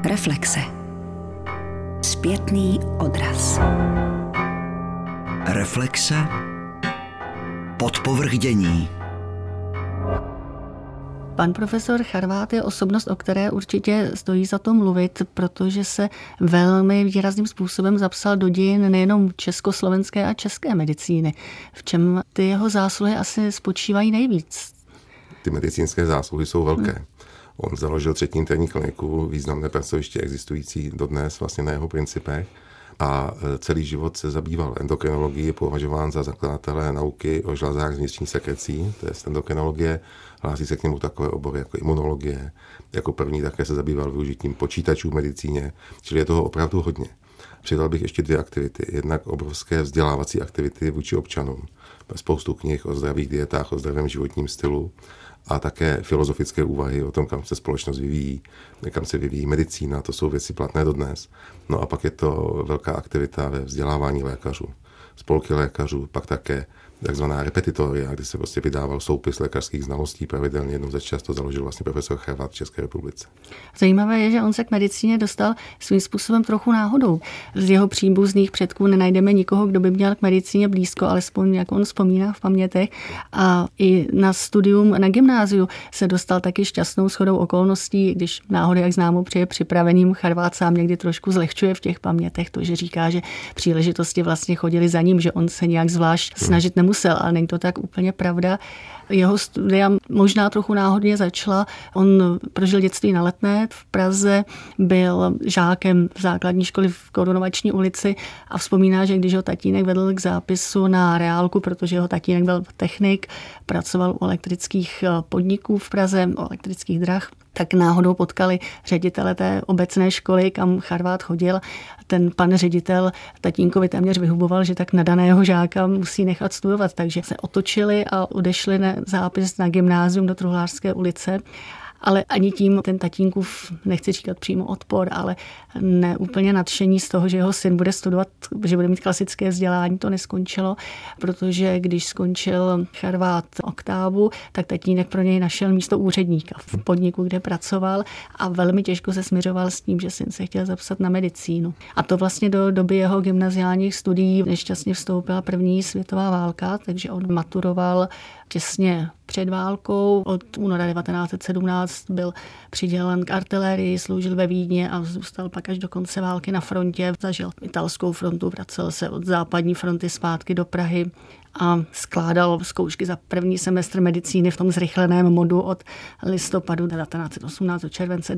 Reflexe. Zpětný odraz. Reflexe. Podpovrchdění. Pan profesor Charvát je osobnost, o které určitě stojí za to mluvit, protože se velmi výrazným způsobem zapsal do dějin nejenom československé a české medicíny. V čem ty jeho zásluhy asi spočívají nejvíc? Ty medicínské zásluhy jsou velké. On založil 3. interní kliniku, významné pracoviště existující dodnes vlastně na jeho principech, a celý život se zabýval endokrinologií, je považován za zakladatele nauky o žlezách z vnitřní sekrecí, to je endokrinologie, hlásí se k němu takové obory jako imunologie, jako první také se zabýval využitím počítačů v medicíně, čili je toho opravdu hodně. Přidal bych ještě 2 aktivity, jednak obrovské vzdělávací aktivity vůči občanům, spoustu knih o zdravých dietách, o zdravém životním stylu, a také filozofické úvahy o tom, kam se společnost vyvíjí, kam se vyvíjí medicína, to jsou věci platné dodnes. No a pak je to velká aktivita ve vzdělávání lékařů, spolky lékařů, pak také takzvaná repetitoria, kdy se prostě vydával soupis lékařských znalostí, pravidelně jednou za čas to založil vlastně profesor Charvát v České republice. Zajímavé je, že on se k medicíně dostal svým způsobem trochu náhodou. Z jeho příbuzných předků nenajdeme nikoho, kdo by měl k medicíně blízko, alespoň jak on vzpomíná v pamětech. A i na studium na gymnáziu se dostal taky šťastnou shodou okolností, když náhodou, jak známo, při připraveným Charvát sám někdy trošku zlehčuje v těch pamětech to, že říká, že příležitosti vlastně chodily za ním, že on se nějak zvlášť snažit nemusel, ale není to tak úplně pravda. Jeho studia možná trochu náhodně začala. On prožil dětství na Letné v Praze, byl žákem základní školy v Korunovační ulici a vzpomíná, že když ho tatínek vedl k zápisu na reálku, protože jeho tatínek byl technik, pracoval u elektrických podniků v Praze, u elektrických drah, tak náhodou potkali ředitele té obecné školy, kam Charvát chodil. Ten pan ředitel tatínkovi téměř vyhuboval, že tak nadaného žáka musí nechat studovat, takže se otočili a odešli na zápis na gymnázium do Truhlářské ulice. Ale ani tím ten tatínkův, nechci říkat přímo odpor, ale ne úplně nadšení z toho, že jeho syn bude studovat, že bude mít klasické vzdělání, to neskončilo, protože když skončil Charvát oktávu, tak tatínek pro něj našel místo úředníka v podniku, kde pracoval, a velmi těžko se smiřoval s tím, že syn se chtěl zapsat na medicínu. A to vlastně do doby jeho gymnaziálních studií nešťastně vstoupila první světová válka, takže on maturoval těsně před válkou. Od února 1917 byl přidělen k artilérii, sloužil ve Vídni a zůstal pak až do konce války na frontě. Zažil italskou frontu, vracel se od západní fronty zpátky do Prahy a skládal zkoušky za první semestr medicíny v tom zrychleném modu od listopadu 1918 do července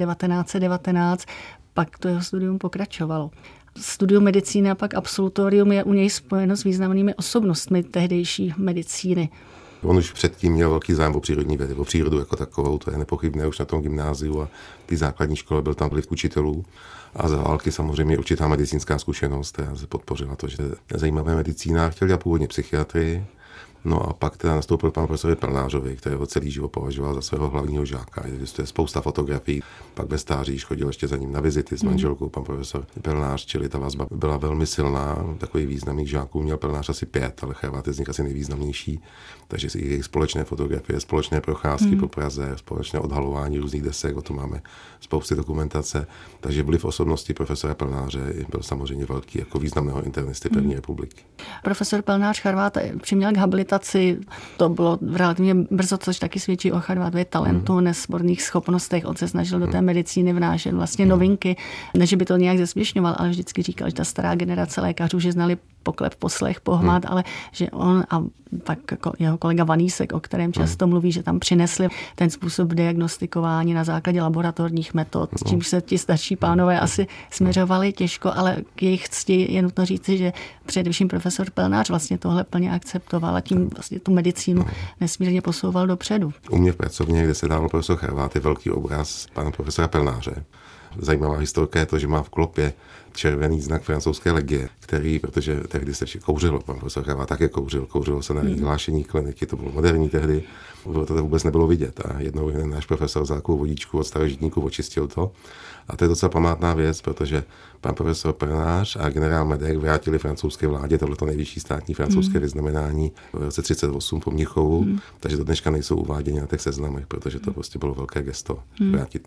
1919. Pak to jeho studium pokračovalo. Studium medicíny a pak absolutorium je u něj spojeno s významnými osobnostmi tehdejší medicíny. On už předtím měl velký zájem o přírodní vědy, o přírodu jako takovou, to je nepochybné už na tom gymnáziu a ty základní škole byl tam vliv učitelů. A za války samozřejmě určitá medicínská zkušenost, která se podpořila to, že je zajímavé medicína. Chtěl dělat původně psychiatrii, no a pak teda nastoupil pan profesor Pelnářovi, kterého celý život považoval za svého hlavního žáka. Existuje spousta fotografií, pak ve stáří chodil ještě za ním na vizity s manželkou pan profesor Pelnář, čili ta vazba byla velmi silná. Takových významných žáků měl Pelnář asi 5, ale Charvát je z nich asi nejvýznamnější. Takže si jejich společné fotografie, společné procházky po Praze, společné odhalování různých desek, o tom máme spousty dokumentace. Takže vliv osobnosti profesora Pelnáře byl samozřejmě velký jako významného internisty první republiky. Profesor Pelnář Charvát přiměl k habilitaci, to bylo relativně brzo, což taky svědčí o Charvátově talentu, nesporných schopnostech. On se snažil do té medicíny vnášet vlastně novinky, ne, že by to nějak zesměšňoval, ale vždycky říkal, že ta stará generace lékařů, že znali poklep, poslech, pohmat, ale že on a pak jeho kolega Vanísek, o kterém často mluví, že tam přinesli ten způsob diagnostikování na základě laboratorních metod, s čímž se ti starší pánové asi směřovali těžko, ale k jejich cti je nutno říci, že především profesor Pelnář vlastně tohle plně akceptoval a tím vlastně tu medicínu nesmírně posouval dopředu. U mě v pracovně, kde se dával profesor Charvát, je velký obraz pana profesora Pelnáře. Zajímavá historka je to, že má v klopě červený znak francouzské legie, který, protože tehdy se kouřilo, pan profesor Charvát také kouřilo se na hlášení kliniky, to bylo moderní tehdy, to vůbec nebylo vidět a jednou náš profesor vzal takovou vodičku od starožitníků, očistil to a to je docela památná věc, protože pan profesor Pelnář a generál Medek vrátili francouzské vládě tohleto nejvyšší státní francouzské vyznamenání v roce 1938 po Mnichovu, takže do dneška nejsou uváděni na těch seznamech, protože to prostě bylo velké gesto vrátit to.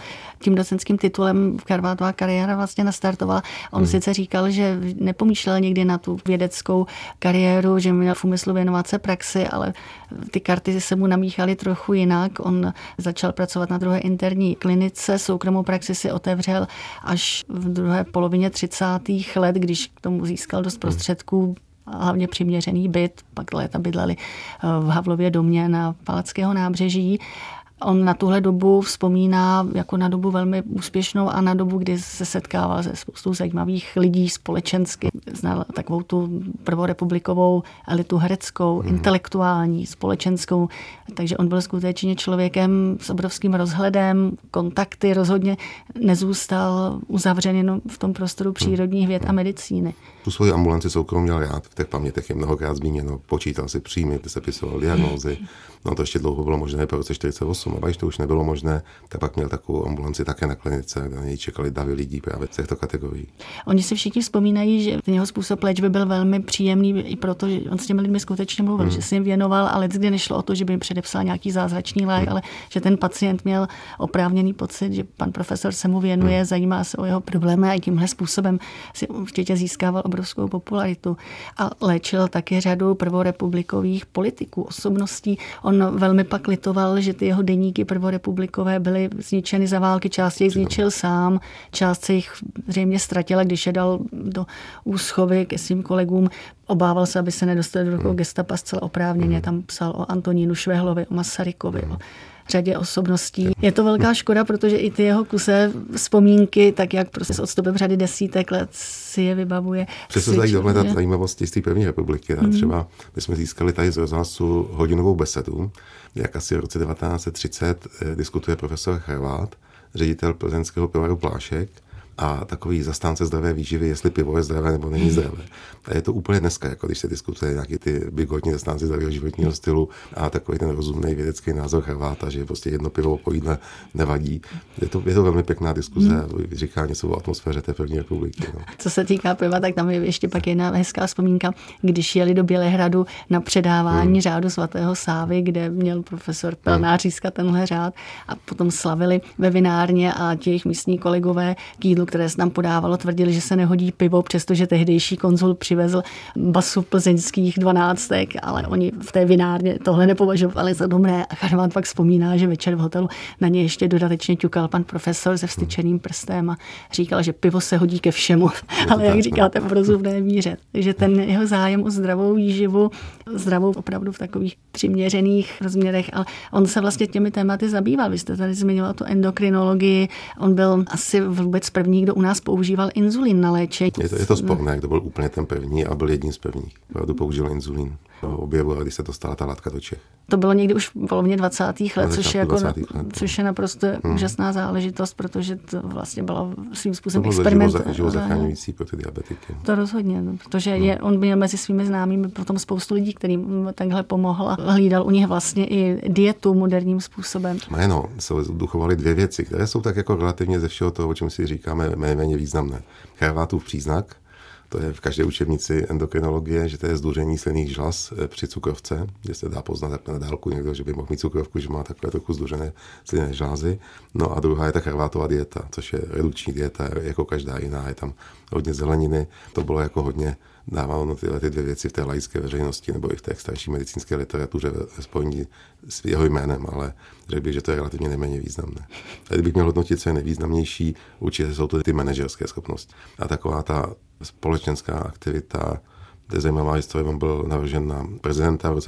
tím docentským titulem Charvátová kariéra vlastně nastartovala. On sice říkal, že nepomýšlel nikdy na tu vědeckou kariéru, že měl v úmyslu věnovat se praxi, ale ty karty se mu namíchaly trochu jinak. On začal pracovat na druhé interní klinice, soukromou praxi si otevřel až v druhé polovině 30. let, když k tomu získal dost prostředků, hlavně přiměřený byt, pak léta bydleli v Havlově domě na Palackého nábřeží. On na tuhle dobu vzpomíná jako na dobu velmi úspěšnou a na dobu, kdy se setkával se spoustou zajímavých lidí společensky. Znal takovou tu prvorepublikovou elitu hereckou, intelektuální, společenskou. Takže on byl skutečně člověkem s obrovským rozhledem, kontakty, rozhodně nezůstal uzavřen jenom v tom prostoru přírodních věd a medicíny. Tu svoji ambulanci soukromí měl rád, v těch pamětech je mnohokrát zmíněno, počítal si příjmy, sepisoval diagnózy. No to ještě dlouho bylo možné po roce 48, a když to už nebylo možné, tak pak měl takovou ambulanci také na klinice, kde na něj čekali davy lidí právě z těchto kategorií. Oni si všichni vzpomínají, že ten jeho způsob léčby byl velmi příjemný i proto, že on s těmi lidmi skutečně mluvil, že si jim věnoval, ale kdy nešlo o to, že by jim předepsal nějaký zázračný lék, ale že ten pacient měl oprávněný pocit, že pan profesor se mu věnuje, zajímá se o jeho problémy a tímhle způsobem si určitě získával obrovskou popularitu. A léčil také řadu prvorepublikových politiků, osobností. On velmi pak litoval, že ty jeho deníky prvorepublikové byly zničeny za války, část jich zničil sám, část se jich zřejmě ztratila, když je dal do úschovy ke svým kolegům. Obával se, aby se nedostali do rukou gestapa zcela oprávněně. Tam psal o Antonínu Švehlovi, o Masarykovi, o řadě osobností. Je to velká škoda, protože i ty jeho kusé vzpomínky, tak jak prostě s odstupem řady desítek let si je vybavuje. Přesto se dají dohledat zajímavosti z té první republiky. Třeba my jsme získali tady z rozhlasu hodinovou besedu, jak asi v roce 1930 diskutuje profesor Charvát, ředitel plzeňského pivovaru Plášek, a takový zastánce zdravé výživy, jestli pivo je zdravé nebo není zdravé. A je to úplně dneska, jako když se diskutuje nějaký ty bigotní zastánci zdravého životního stylu a takový ten rozumný vědecký názor Charváta, že prostě jedno pivo po jídle nevadí. Je to velmi pěkná diskuze, říká něco o atmosféře té první republiky. No. Co se týká piva, tak tam je ještě pak jedna hezká vzpomínka, když jeli do Bělehradu na předávání řádu svatého Sávy, kde měl profesor Pelnář získat tenhle řád a potom slavili ve vinárně a ti jejich místní kolegové k jídlu, které se nám podávalo, tvrdili, že se nehodí pivo, přestože tehdejší konzul přivezl basu plzeňských 12, ale oni v té vinárně tohle nepovažovali za dobré. A Charvát pak vzpomíná, že večer v hotelu na ně ještě dodatečně ťukal pan profesor se vstyčeným prstem a říkal, že pivo se hodí ke všemu, ale jak říkáte, v rozumné míře. Takže ten jeho zájem o zdravou výživu, zdravou opravdu v takových přiměřených rozměrech, ale on se vlastně těmi tématy zabýval. Vy jste tady zmiňoval tu endokrinologii, on byl asi vůbec první, kdo u nás používal inzulín na léčení. Je to sporné, kdo byl úplně ten první a byl jedním z prvních. Kdo použil inzulín. Objevilo, když se dostala ta látka do Čech. To bylo někdy už v polovině 20. let, což je naprosto úžasná záležitost, protože to vlastně bylo svým způsobem experiment. To bylo život zachraňující pro ty diabetiky. To rozhodně, protože on měl mezi svými známými potom spoustu lidí, kterým takhle pomohl a hlídal u nich vlastně i dietu moderním způsobem. Jméno se duchovaly dvě věci, které jsou tak jako relativně ze všeho toho, o čem si říkáme, méně významné. Charvátův příznak, to je v každé učebnici endokrinologie, že to je zduření slinných žlaz při cukrovce, že se dá poznat tak na dálku někdo, že by mohl mít cukrovku, že má takové trochu zduřené slinné žlázy. No a druhá je ta Charvátova dieta, což je redukční dieta, jako každá jiná, je tam hodně zeleniny. To bylo jako hodně dáváno tyhle ty dvě věci v té laické veřejnosti nebo i v té starší medicínské literatuře ve spojení s jeho jménem, ale řekl bych, že to je relativně nejméně významné. A kdybych měl hodnotit, co je nejvýznamnější, určitě jsou to ty manažerské schopnosti. A taková ta společenská aktivita, to je zajímavá historie, on byl navržen na prezidenta v roce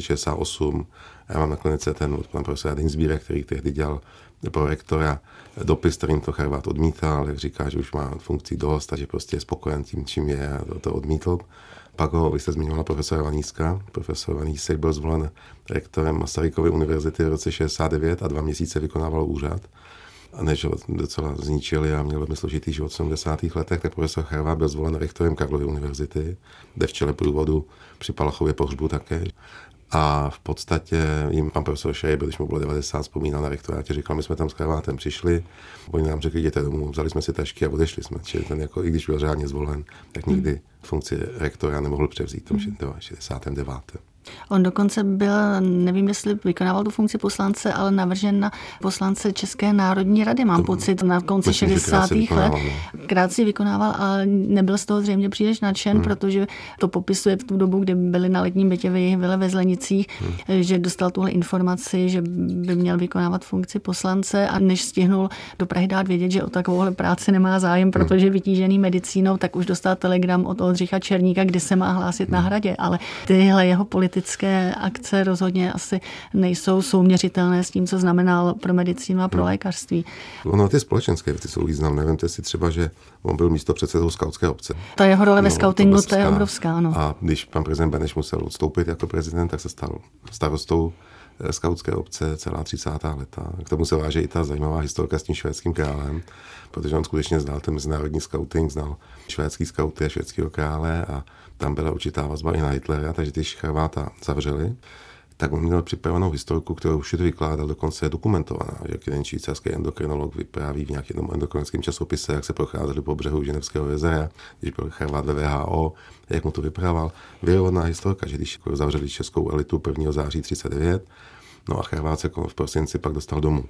1968. Já mám na klinice ten pan profesor Dinsbíre, který tehdy dělal pro rektora dopis, kterým to Charvát odmítal, jak říká, že už má funkcí dost a že prostě je spokojen tím, čím je a to odmítl. Pak vy jste zmiňovala profesora Vaníska. Profesor Vanísek byl zvolen rektorem Masarykovy univerzity v roce 69 a 2 měsíce vykonával úřad. A než ho docela zničili a měl velmi složitý život v 70. letech, tak profesor Charvát byl zvolen rektorem Karlovy univerzity, kde v čele průvodu při Palachově pohřbu také. A v podstatě jim pan profesor Schreiber, když mu bylo 90, vzpomínal na rektorátě, říkal, my jsme tam s Charvátem přišli, oni nám řekli, jděte domů, vzali jsme si tašky a odešli jsme. Čili ten jako, i když byl řádně zvolen, tak nikdy funkci rektora nemohl převzít v tom 69. On dokonce byl, nevím, jestli vykonával tu funkci poslance, ale navržen na poslance České národní rady, mám pocit, na konci 60. let. Krátce vykonával, ale nebyl z toho zřejmě příliš nadšen, protože to popisuje v tu dobu, kdy byli na letním bytě v jejich vile ve Zlenicích, že dostal tuhle informaci, že by měl vykonávat funkci poslance a než stihnul do Prahy dát vědět, že o takovouhle práci nemá zájem, protože vytížený medicínou, tak už dostal telegram od Oldřicha Černíka, kdy se má hlásit na Hradě, ale tyhle jeho politické akce rozhodně asi nejsou souměřitelné s tím, co znamenal pro medicínu a pro lékařství. Ono ty společenské věci jsou významné. Vemte si třeba, že on byl místopředsedou skautské obce. Ta jeho role ve skautingu, to je obrovská, ano. A když pan prezident Beneš musel odstoupit jako prezident, tak se stal starostou skautské obce celá 30. leta. K tomu se váže i ta zajímavá historka s tím švédským králem, protože on skutečně znal ten mezinárodní skauting, znal švédský skauty a švédského krále a tam byla určitá vazba i na Hitlera, takže když Charváta zavřeli, tak on měl připravenou historku, kterou už to vykládal, dokonce je dokumentovaná, že jeden švýcarský endokrinolog vypráví v nějakém endokrinologickém časopise, jak se procházeli po břehu Ženevského jezera, když byl Charvát ve WHO, jak mu to vyprával. Věrohodná historka, že když zavřeli českou elitu 1. září 1939, no a Charvát se v prosinci pak dostal domů.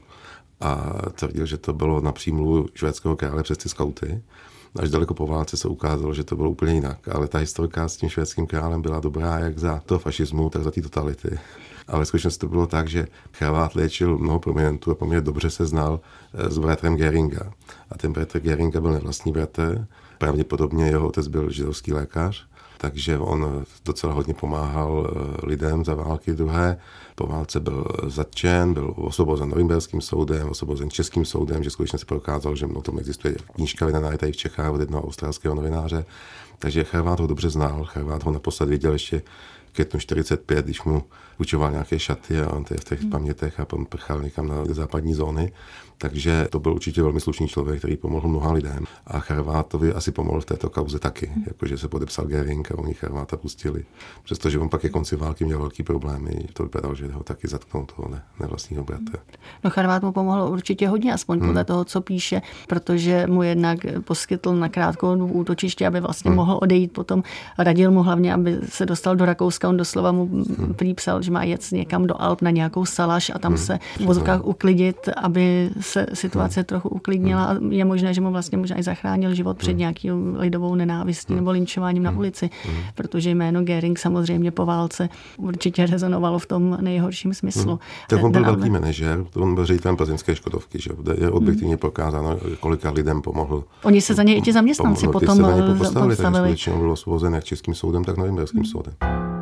A tvrdil, že to bylo na přímluvu švédského krále přes ty skauty. Až daleko po válce se ukázalo, že to bylo úplně jinak. Ale ta historka s tím švédským králem byla dobrá jak za to fašismu, tak za ty totality. Ale ve skutečnosti to bylo tak, že Charvát léčil mnoho prominentů a poměrně dobře se znal s bratrem Göringa. A ten bratr Göringa byl nevlastní bratr. Pravděpodobně jeho otec byl židovský lékař, takže on docela hodně pomáhal lidem za války druhé. Po válce byl zatčen, byl osvobozen Norimberským soudem, osvobozen českým soudem, že skutečně se prokázal, že o tom existuje knížka vydaná tady v Čechách od jednoho australského novináře. Takže Charvát ho dobře znal, Charvát ho naposled viděl ještě v květnu 45, když mu učoval nějaké šaty a on v těch pamětech a prchal někam na západní zóny. Takže to byl určitě velmi slušný člověk, který pomohl mnoha lidem. A Charvátovi asi pomohl v této kauze taky, jakože se podepsal Göring a oni Charváta pustili. Přestože on pak ke konci války měl velký problémy, to vypadalo, že ho taky zatknou toho nevlastního bratra. No Charvát mu pomohl určitě hodně, aspoň podle toho, co píše, protože mu jednak poskytl na krátkou dobu útočiště, aby vlastně mohl odejít potom. Radil mu hlavně, aby se dostal do Rakouska. On doslova mu psal, že má jet někam do Alp na nějakou salaš a tam se v vozovkách uklidit, aby se situace trochu uklidnila a je možné, že mu vlastně možná i zachránil život před nějakou lidovou nenávistí nebo linčováním na ulici, protože jméno Göring samozřejmě po válce určitě rezonovalo v tom nejhorším smyslu. Tak on byl velký manažer, on byl ředitelem plzeňské Škodovky, že je objektivně prokázáno, kolika lidem pomohl. Oni se za něj i ti zaměstnanci potom postavili. Tak skutečně byl osvobozen jak českým soudem, tak norimberským soudem.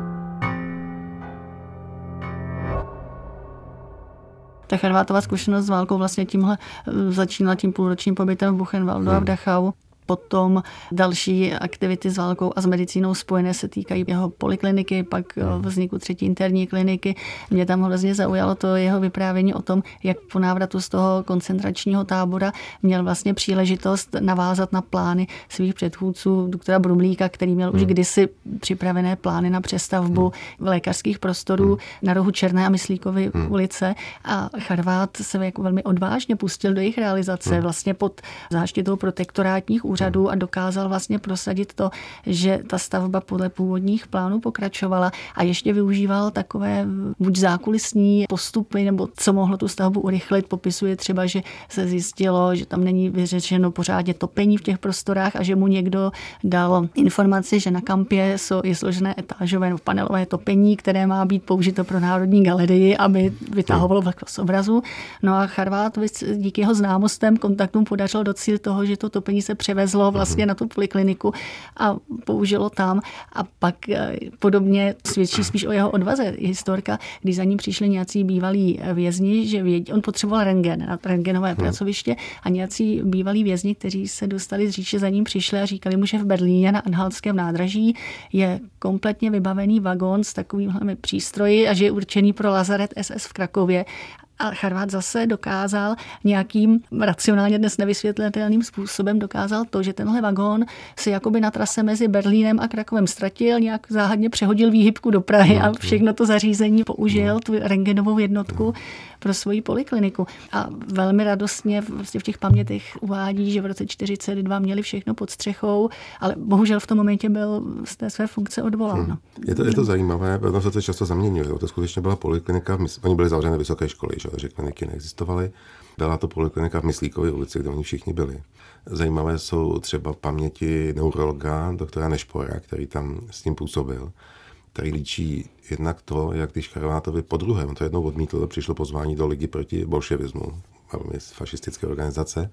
Ta Charvátova zkušenost s válkou vlastně tímhle začínala tím půlročním pobytem v Buchenwaldu a v Dachau. Potom další aktivity s válkou a s medicínou spojené se týkají jeho polikliniky, pak vzniku 3. interní kliniky. Mě tam hrozně zaujalo to jeho vyprávění o tom, jak po návratu z toho koncentračního tábora měl vlastně příležitost navázat na plány svých předchůdců, doktora Brumlíka, který měl už kdysi připravené plány na přestavbu lékařských prostorů na rohu Černé a Myslíkovy ulice a Charvát se jako velmi odvážně pustil do jejich realizace vlastně pod záštitou protektorátních úřadů a dokázal vlastně prosadit to, že ta stavba podle původních plánů pokračovala a ještě využíval takové buď zákulisní postupy, nebo co mohlo tu stavbu urychlit. Popisuje třeba, že se zjistilo, že tam není vyřešeno pořádně topení v těch prostorách a že mu někdo dal informaci, že na kampě je složené etážové nebo panelové topení, které má být použito pro Národní galerii, aby vytahovalo vlhkost obrazu. No a Charvát díky jeho známostem, kontaktům podařilo docílit toho, že to topení se převezlo vlastně na tu polikliniku a použilo tam a pak podobně svědčí spíš o jeho odvaze historka, když za ním přišli nějací bývalí vězni, že on potřeboval rentgen na rentgenové pracoviště a nějací bývalí vězni, kteří se dostali z říše, za ním přišli a říkali mu, že v Berlíně na Anhaltském nádraží je kompletně vybavený vagón s takovými přístroji a že je určený pro lazaret SS v Krakově A Charvát zase dokázal nějakým racionálně dnes nevysvětlitelným způsobem dokázal to, že tenhle vagón se jakoby na trase mezi Berlínem a Krakovem ztratil, nějak záhadně přehodil výhybku do Prahy a všechno to zařízení použil, tu rentgenovou jednotku pro svoji polikliniku. A velmi radostně vlastně v těch pamětech uvádí, že v roce 1942 měli všechno pod střechou, ale bohužel v tom momentě byl z té své funkce odvolán. Je to zajímavé, protože se to často zaměňuje. To skutečně byla poliklinika, oni byli zavřené vysoké školy, že kliniky neexistovaly. Byla to poliklinika v Myslíkově ulici, kde oni všichni byli. Zajímavé jsou třeba paměti neurologa, doktora Nešpora, který tam s tím působil, který líčí jednak to, jak když Charvátovi podruhé, on to jednou odmítl, přišlo pozvání do Ligy proti bolševismu, velmi fašistické organizace,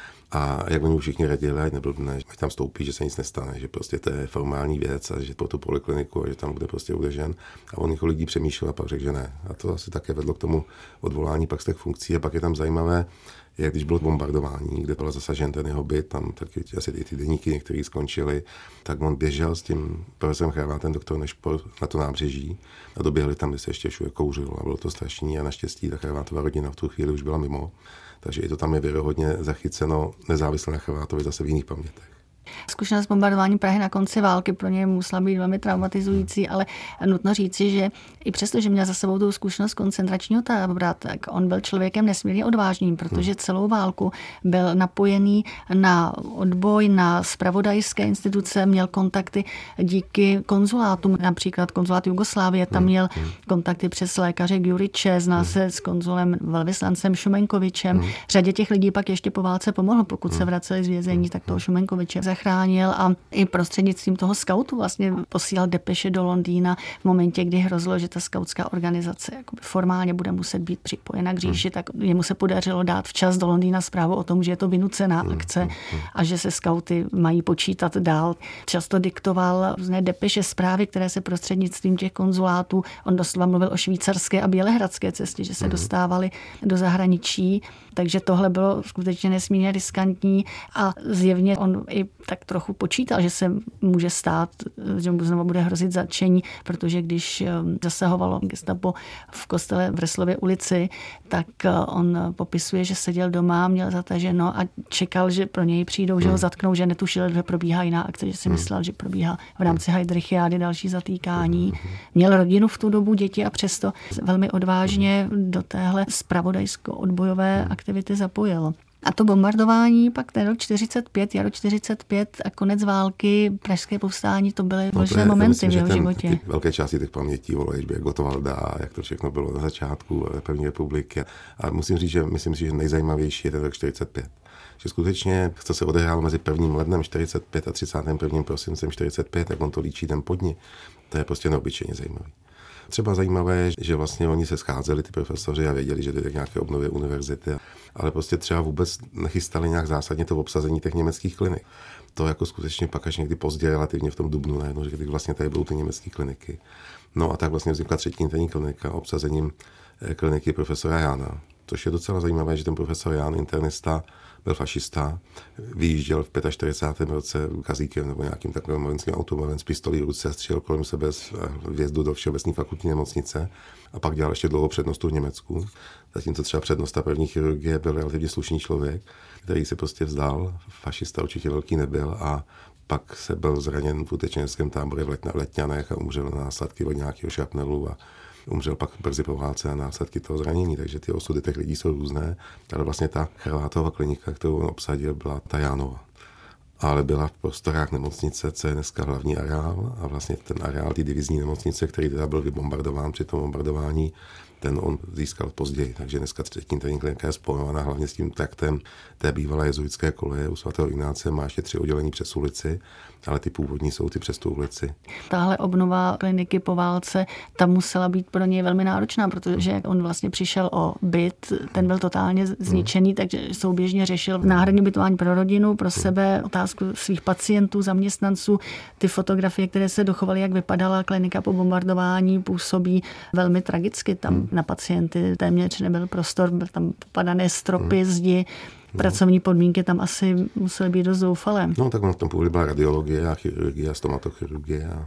a jak oni všichni radili, ať neblbne, ať tam stoupí, že se nic nestane, že prostě to je formální věc a že pro tu polikliniku a že tam bude prostě udržen. A on jako lidí přemýšlel a pak řekl, že ne. A to asi také vedlo k tomu odvolání pak z těch funkcí. A pak je tam zajímavé, jak když bylo bombardování, kde byl zasažen ten jeho byt, tam taky asi i ty deníky některý skončily, tak on běžel s tím profesorem Charvátem, doktor Nešpor, na to nábřeží a doběhli tam, kde se ještě všude kouřilo a bylo to strašný a naštěstí ta Charvátova rodina v tu chvíli už byla mimo. Takže i to tam je věrohodně zachyceno nezávisle na Charvátovi zase v jiných pamětech. Zkušenost bombardování Prahy na konci války pro něj musela být velmi traumatizující, ale nutno říci, že i přesto, že měl za sebou tu zkušenost koncentračního tábora, tak on byl člověkem nesmírně odvážným, protože celou válku byl napojený na odboj, na zpravodajské instituce, měl kontakty díky konzulátům, například konzulát Jugoslávie, tam měl kontakty přes lékaře Gjuriče, zná se s konzulem velvyslancem Šumenkovičem. Řadě těch lidí pak ještě po válce pomohl, pokud se vraceli z vězení, tak toho Šumenkoviče zachránil a i prostřednictvím toho skautu vlastně posílal depeše do Londýna v momentě, kdy hrozilo, že ta skautská organizace jakoby formálně bude muset být připojena k říši, tak jemu se podařilo dát včas do Londýna zprávu o tom, že je to vynucená akce a že se skauty mají počítat dál. Často diktoval různé depeše, zprávy, které se prostřednictvím těch konzulátů, on doslova mluvil o švýcarské a bělehradské cestě, že se dostávali do zahraničí, takže tohle bylo skutečně nesmírně riskantní a zjevně on i tak trochu počítal, že se může stát, že mu znovu bude hrozit zatčení, protože když zasahovalo gestapo v kostele v Reslově ulici, tak on popisuje, že seděl doma, měl zataženo a čekal, že pro něj přijdou, že ho zatknou, že netušil, že probíhá jiná akce, že si myslel, že probíhá v rámci Heydrichiády další zatýkání. Měl rodinu v tu dobu, děti a přesto velmi odvážně do téhle zpravodajsko-odbojové aktivity zapojil. A to bombardování pak ten rok 45, jaro 45 a konec války, pražské povstání, to byly důležité momenty v jeho životě. Ty velké části těch pamětí volají, jak Gottwalda, jak to všechno bylo na začátku první republiky. A musím říct, že nejzajímavější je ten rok 45. Že skutečně, co se odehrálo mezi 1. lednem 45 a 31. prosincem 45, jak on to líčí den pod ní, to je prostě neobyčejně zajímavý. Třeba zajímavé je, že vlastně oni se scházeli, ty profesoři, a věděli, že jde k nějaké obnově univerzity, ale prostě třeba vůbec nechystali nějak zásadně to obsazení těch německých klinik. To jako skutečně pak až někdy později, relativně v tom dubnu, najednou, že když vlastně tady budou ty německé kliniky. No a tak vlastně vznikla 3. interní klinika obsazením kliniky profesora Jána. Což je docela zajímavé, že ten profesor Ján, internista, byl fašista, vyjížděl v 45. roce kazíkem nebo nějakým takovým vojenským automobilem s pistolí v ruce, střílel kolem sebe z vjezdu do Všeobecné fakultní nemocnice a pak dělal ještě dlouho přednostu v Německu. Zatímco třeba přednosta první chirurgie byl relativně slušný člověk, který se prostě vzdal, fašista určitě velký nebyl a pak se byl zraněn v utečeneckém táboře v Letňanech a umřel na následky od nějakého šrapnelu a umřel pak brzy po válce a následky toho zranění, takže ty osudy těch lidí jsou různé, ale vlastně ta Charvátova klinika, kterou on obsadil, byla ta Jánova. Ale byla v prostorách nemocnice, co je dneska hlavní areál a vlastně ten areál té divizní nemocnice, který teda byl vybombardován při tom bombardování, ten on získal později, takže dneska 3. interní klinika je spojovaná hlavně s tím traktem té bývalé jezuitské koleje u svatého Ignáce, má ještě 3 oddělení přes ulici, ale ty původní jsou ty přes tu ulici. Tahle obnova kliniky po válce, ta musela být pro něj velmi náročná, protože on vlastně přišel o byt, ten byl totálně zničený, takže souběžně řešil náhradní ubytování pro rodinu, pro sebe, otázku svých pacientů, zaměstnanců, ty fotografie, které se dochovaly, jak vypadala klinika po bombardování, působí velmi tragicky. Tam na pacienty téměř nebyl prostor, byl tam popadané stropy, zdi, pracovní podmínky tam asi musely být dost zoufalé. No tak v tom původě byla radiologie a chirurgie a stomatochirurgie a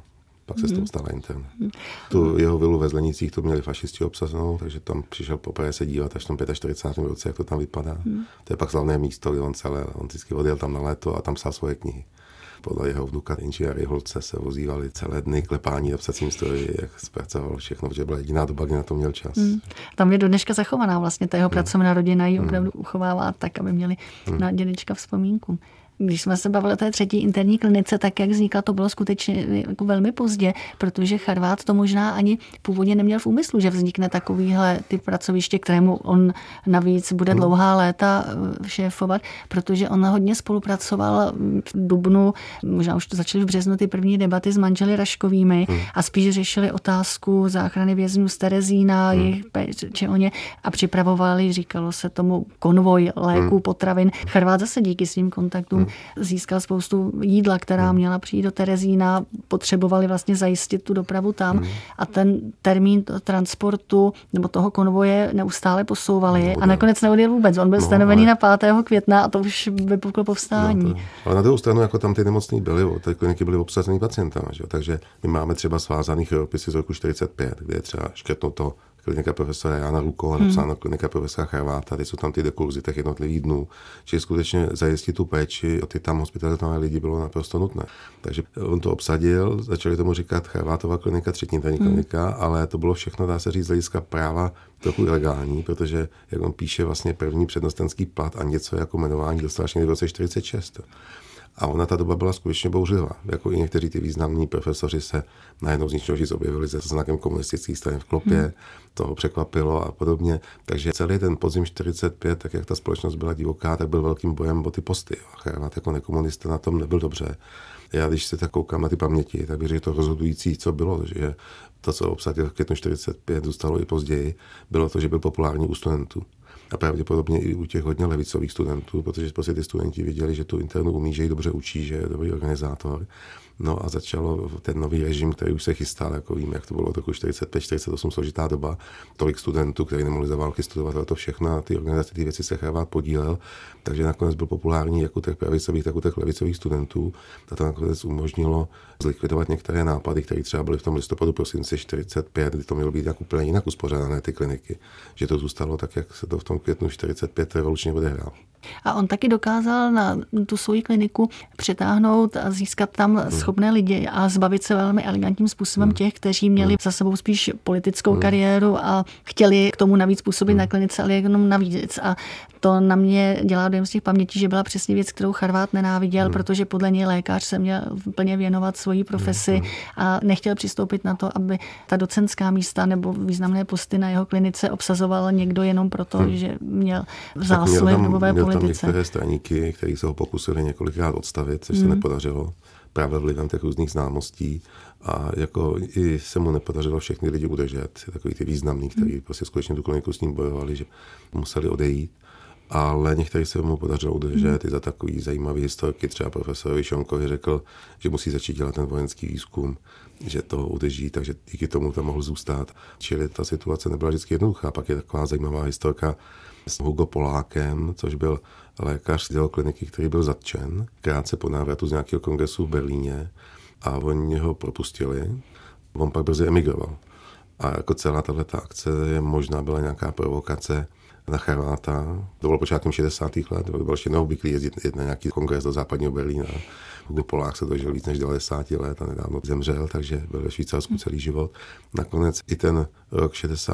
Pak se z toho stala interna. Tu jeho vilu ve Zlenicích to měli fašisti obsazenou, takže tam přišel poprvé se dívat až v tom 45. roce, jak to tam vypadá. To je pak slavné místo, kde on vždycky odjel tam na léto a tam psal svoje knihy. Podle jeho vnuka inženýry Holce se vozívali celé dny klepání na psacím stroji, jak zpracoval všechno, protože byla jediná doba, kdy na to měl čas. Tam je do dneška zachovaná vlastně ta jeho pracovná rodina, ji opravdu uchovává tak, aby měli na dědečka vzpomínku. Když jsme se bavili o té třetí interní klinice, tak jak vznikla, to bylo skutečně jako velmi pozdě, protože Charvát to možná ani původně neměl v úmyslu, že vznikne takovýhle typ pracoviště, kterému on navíc bude dlouhá léta šéfovat, protože on hodně spolupracoval v dubnu, možná už to začaly v březnu ty první debaty s manželi Raškovými a spíš řešili otázku záchrany vězňů z Terezína, jejich péče o ně a připravovali, říkalo se tomu, konvoj léků, potravin. Charvát zase díky svým kontaktům získal spoustu jídla, která měla přijít do Terezína, potřebovali vlastně zajistit tu dopravu tam a ten termín transportu nebo toho konvoje neustále posouvali a nakonec neodjel vůbec. On byl stanovený na 5. května a to už vypuklo povstání. Ale na druhou stranu, jako tam ty nemocní byly, ty kliniky byly obsazený pacientama, že? Takže my máme třeba svázaných ropisy z roku 45, kde je třeba škrtnuto klinika profesora Jana Lukova, napsáno klinika profesora Charváta, teď jsou tam ty dekurzy těch jednotlivých dnů. Čili skutečně zajistit tu péči o ty tam hospitalizované lidi bylo naprosto nutné. Takže on to obsadil, začali tomu říkat Charvátova klinika, třetí interní klinika, ale to bylo všechno, dá se říct, z hlediska práva trochu ilegální, protože, jak on píše, vlastně první přednostenský plat a něco jako jmenování dostal až někdy v roce 46. A ona ta doba byla skutečně bouřlivá. Jako i někteří ty významní profesoři se najednou z ničeho nic objevili se znakem komunistických stran v klopě, toho překvapilo a podobně. Takže celý ten podzim 45, tak jak ta společnost byla divoká, tak byl velkým bojem o ty posty. A Charvát jako nekomunista na tom nebyl dobře. Já když se tak koukám na ty paměti, tak bych řekl, že to rozhodující, co bylo, že to, co obsadil v květnu 45, zůstalo i později, bylo to, že byl populární u studentů. A pravděpodobně i u těch hodně levicových studentů, protože prostě ty studenti viděli, že tu internu umí, že ji dobře učí, že je dobrý organizátor. No a začalo ten nový režim, který už se chystal, jako víme, jak to bylo od roku 45-48, složitá doba, tolik studentů, kteří nemohli za války studovat, ale to všechno, a ty organizace, ty věci se Charvát podílel, takže nakonec byl populární jak u těch pravicových, tak u těch levicových studentů. A to nakonec umožnilo zlikvidovat některé nápady, které třeba byly v tom listopadu prosinci 45, kdy to mělo být jak úplně jinak uspořádané ty kliniky, že to zůstalo tak, jak se to v tom květnu 45 revolučně odehrálo. A on taky dokázal na tu svoji kliniku přitáhnout a získat tam schopné lidi a zbavit se velmi elegantním způsobem těch, kteří měli za sebou spíš politickou kariéru a chtěli k tomu navíc působit na klinice, ale jenom navíc. A to na mě dělá dojem z těch pamětí, že byla přesně věc, kterou Charvát nenáviděl, protože podle něj lékař se měl plně věnovat svojí profesi a nechtěl přistoupit na to, aby ta docentská místa nebo významné posty na jeho klinice obsazoval někdo jenom proto, že měl zásluhy v dobové politice. Tam některé straníky, kteří se ho pokusili několikrát odstavit, což se nepodařilo právě vlivem těch různých známostí a jako i se mu nepodařilo všechny lidi udržet, takový ty významní, kteří prostě skutečně tu kliniku s ním bojovali, že museli odejít. Ale některý se mu podařilo udržet i za takový zajímavý historiky. Třeba profesorovi Šonkovi řekl, že musí začít dělat ten vojenský výzkum, že to udrží, takže díky tomu tam mohl zůstat. Čili ta situace nebyla vždycky jednoduchá. Pak je taková zajímavá historka s Hugo Polákem, což byl lékař z kliniky, který byl zatčen krátce po návratu z nějakého kongresu v Berlíně a oni ho propustili. On pak brzy emigroval. A jako celá tato akce možná byla nějaká provokace na Charváta. To bylo počátkem 60. let, bylo ještě neobvyklý jezdit na nějaký kongres do západního Berlína. Hugo Polák se dožil víc než 90 let a nedávno zemřel, takže byl ve Švýcarsku celý život. Nakonec i ten rok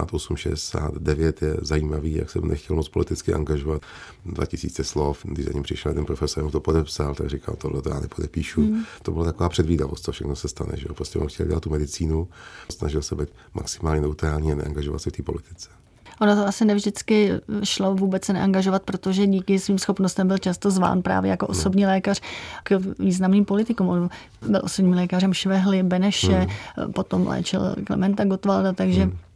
68-69 je zajímavý, jak jsem nechtěl moc politicky angažovat. 2000 slov, když za ním přišel ten profesor, mu to podepsal, tak říkal, tohle to já nepodepíšu. To byla taková předvídavost, co všechno se stane, že prostě on chtěl dělat tu medicínu, snažil se být maximálně neutrální a neangažovat se v té politice. Ono to asi nevždycky šlo vůbec se neangažovat, protože díky svým schopnostem byl často zván právě jako osobní lékař k významným politikům. On byl osobním lékařem Švehly, Beneše, potom léčil Klementa Gottwalda, takže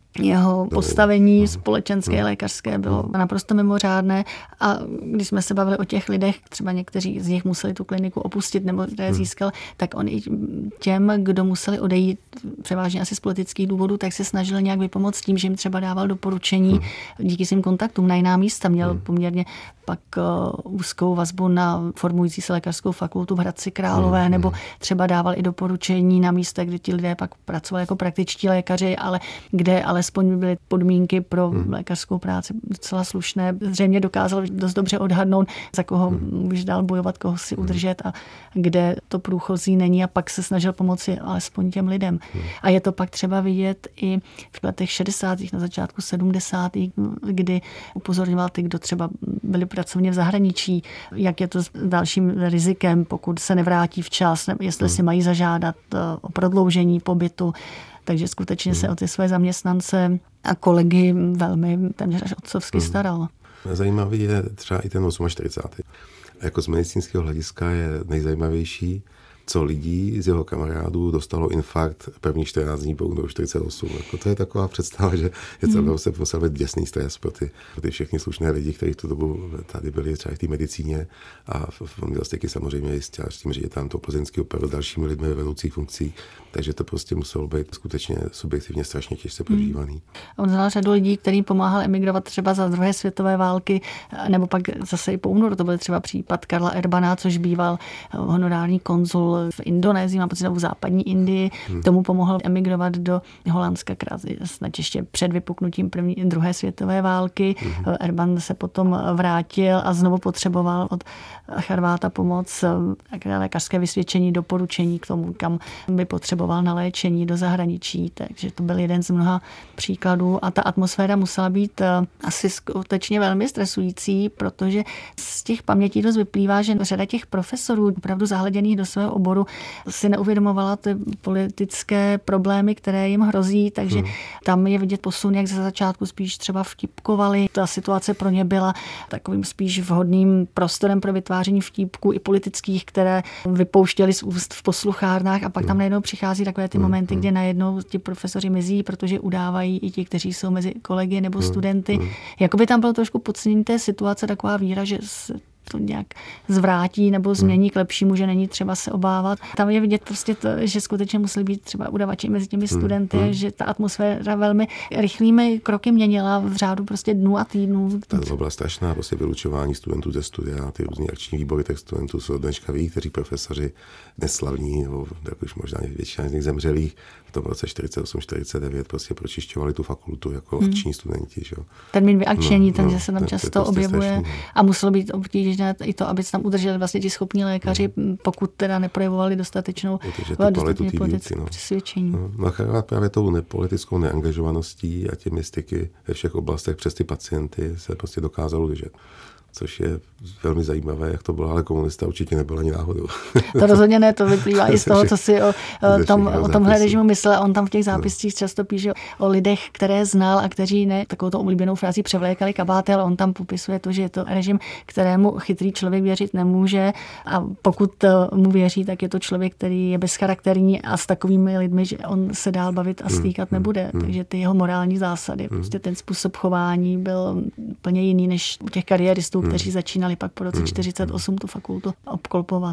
jeho postavení společenské, lékařské bylo naprosto mimořádné a když jsme se bavili o těch lidech, třeba někteří z nich museli tu kliniku opustit nebo které získal, tak on i těm, kdo museli odejít převážně asi z politických důvodů, tak se snažil nějak vypomoct tím, že jim třeba dával doporučení díky svým kontaktům na jiná místa. Měl poměrně pak úzkou vazbu na formující se lékařskou fakultu v Hradci Králové, nebo třeba dával i doporučení na místa, kde ti lidé pak pracovali jako praktičtí lékaři, ale kde alespoň byly podmínky pro lékařskou práci docela slušné. Zřejmě dokázal dost dobře odhadnout, za koho může dál bojovat, koho si udržet a kde to průchozí není a pak se snažil pomoci alespoň těm lidem. A je to pak třeba vidět i v letech 60. na začátku 70. kdy upozorňoval ty, kdo třeba byli pracovně v zahraničí, jak je to s dalším rizikem, pokud se nevrátí včas, nebo jestli si mají zažádat o prodloužení pobytu. Takže skutečně se o ty své zaměstnance a kolegy velmi téměř až otcovsky staral. Zajímavý je třeba i ten 48. Jako z medicínského hlediska je nejzajímavější, co lidí z jeho kamarádů dostalo infarkt první 14 dní po únoru 48. Jako to je taková představa, že je se musel být děsný stres pro ty všechny slušné lidi, kteří v tu dobu tady byli třeba v té medicíně a on měl styky samozřejmě i s tím, že je tam to plzeňský opravdu dalšími lidmi ve vedoucích funkcí, takže to prostě muselo být skutečně subjektivně strašně těžce prožívaný. On znal řadu lidí, kterým pomáhal emigrovat třeba za druhé světové války, nebo pak zase i po únoru. To byl třeba případ Karla Erbana, což býval honorární konzul v Indonésii, mám pocit, v západní Indii. Tomu pomohl emigrovat do Holandska snad ještě před vypuknutím druhé světové války. Erban se potom vrátil a znovu potřeboval od Charváta pomoc, lékařské vysvědčení, doporučení k tomu, kam by potřeboval na léčení do zahraničí. Takže to byl jeden z mnoha příkladů a ta atmosféra musela být asi skutečně velmi stresující, protože z těch pamětí dost vyplývá, že řada těch profesorů opravdu zahleděných do svého oboru si neuvědomovala ty politické problémy, které jim hrozí, takže tam je vidět posun, jak ze začátku spíš třeba vtipkovali. Ta situace pro ně byla takovým spíš vhodným prostorem pro vytváření vtípků i politických, které vypouštěli z úst v posluchárnách a pak tam najednou přichází takové ty momenty, kdy najednou ti profesoři mizí, protože udávají i ti, kteří jsou mezi kolegy nebo studenty. Jakoby tam bylo trošku podcenění té situace, taková víra, že to nějak zvrátí nebo změní k lepšímu, že není třeba se obávat. Tam je vidět prostě to, že skutečně museli být třeba udavači mezi těmi studenty, že ta atmosféra velmi rychlými kroky měnila v řádu prostě dnů a týdnů. To byla strašná prostě vylučování studentů ze studia, ty různý akční výbory těch studentů jsou dneška ví, kteří profesoři neslavní, nebo tak už možná většina z nich zemřelých, v tom roce 48-49 prostě pročišťovali tu fakultu jako akční studenti. Že? Termín vyakčení, takže se tam často objevuje strašný, a muselo být obtížné i to, aby se tam udrželi vlastně ti schopní lékaři, pokud teda neprojevovali dostatečnou politickou přesvědčení. No a právě tou politickou neangažovaností a těmi styky ve všech oblastech přes ty pacienty se prostě dokázalo udržet. Což je velmi zajímavé, jak to bylo, ale komunista určitě nebyl ani náhodou. To rozhodně ne, to vyplývá i z toho, co si o tomhle režimu myslel. On tam v těch zápiscích často píše o lidech, které znal a kteří ne takovou oblíbenou frází převlékali kabáty, ale on tam popisuje to, že je to režim, kterému chytrý člověk věřit nemůže a pokud mu věří, tak je to člověk, který je bezcharakterní a s takovými lidmi, že on se dál bavit a stýkat nebude. Takže ty jeho morální zásady, prostě ten způsob chování byl úplně jiný než u těch kariéristů, kteří začínali pak po roce 48 tu fakultu obklopovat.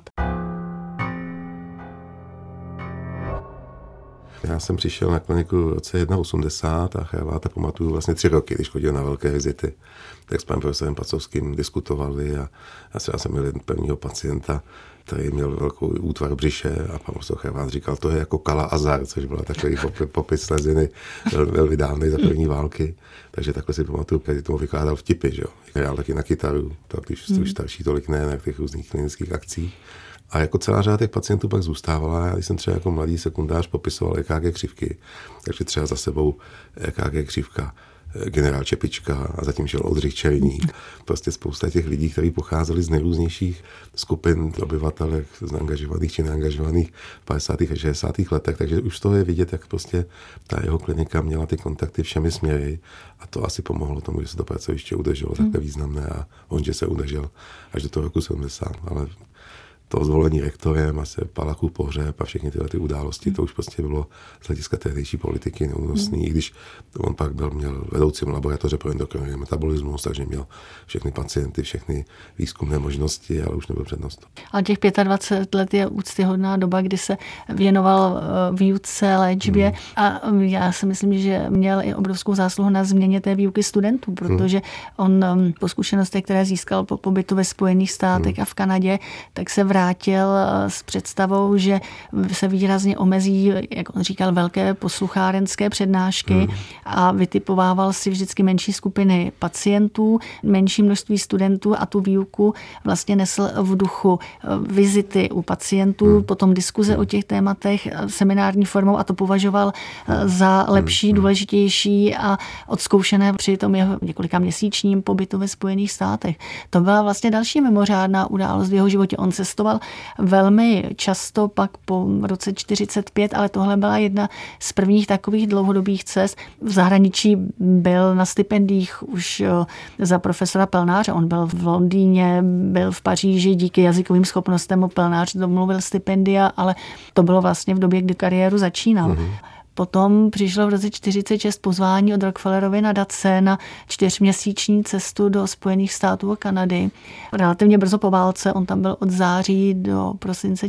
Já jsem přišel na kliniku v roce 1980 a Charváta pamatuju vlastně 3 roky, když chodil na velké vizity. Tak s panem profesorem Pacovským diskutovali a já jsem měl prvního pacienta, který měl velkou útvar břiše a pan profesor Charvát říkal, to je jako Kala Azar, což byla takový popis sleziny velmi dávnej za první války. Takže takhle si pamatuju, když tomu vykládal vtipy, že jo. Hrál taky na kytaru, tak když jste starší, tolik ne, na těch různých klinických akcích. A jako celá řada těch pacientů pak zůstávala. Já když jsem třeba jako mladý sekundář popisoval EKG křivky, takže třeba za sebou EKG křivka generál Čepička a zatím šel Oldřich Černík. Prostě spousta těch lidí, kteří pocházeli z nejrůznějších skupin obyvatelek, z angažovaných či neangažovaných v 50. a 60. letech. Takže už z toho je vidět, jak prostě ta jeho klinika měla ty kontakty všemi směry a to asi pomohlo tomu, že se to pracoviště udrželo takhle významné a on, že se udržel až do toho roku 70. Ale to zvolení rektorem a se Palachův pohřeb a všechny tyhle ty události, to už prostě bylo z hlediska tehdejší politiky neúnosný, i když on pak měl vedoucím laboratoře pro endokrinní metabolismus, takže měl všechny pacienty, všechny výzkumné možnosti, ale už nebyl přednost. A těch 25 let je úctyhodná doba, kdy se věnoval výuce, léčbě a já si myslím, že měl i obrovskou zásluhu na změně té výuky studentů, protože on po zkušenostech, které získal po pobytu ve Spojených státech a v Kanadě, tak se vrátil s představou, že se výrazně omezí, jak on říkal, velké posluchárenské přednášky a vytipovával si vždycky menší skupiny pacientů, menší množství studentů a tu výuku vlastně nesl v duchu vizity u pacientů, potom diskuze o těch tématech seminární formou a to považoval za lepší, důležitější a odzkoušené při tom jeho několika měsíčním pobytu ve Spojených státech. To byla vlastně další mimořádná událost v jeho životě. On cestoval velmi často pak po roce 45, ale tohle byla jedna z prvních takových dlouhodobých cest. V zahraničí byl na stipendiích už za profesora Pelnáře. On byl v Londýně, byl v Paříži, díky jazykovým schopnostem mu Pelnář domluvil stipendia, ale to bylo vlastně v době, kdy kariéru začínal. Potom přišlo v roce 1946 pozvání od Rockefellerovy nadace na 4měsíční cestu do Spojených států a Kanady. Relativně brzo po válce, on tam byl od září do prosince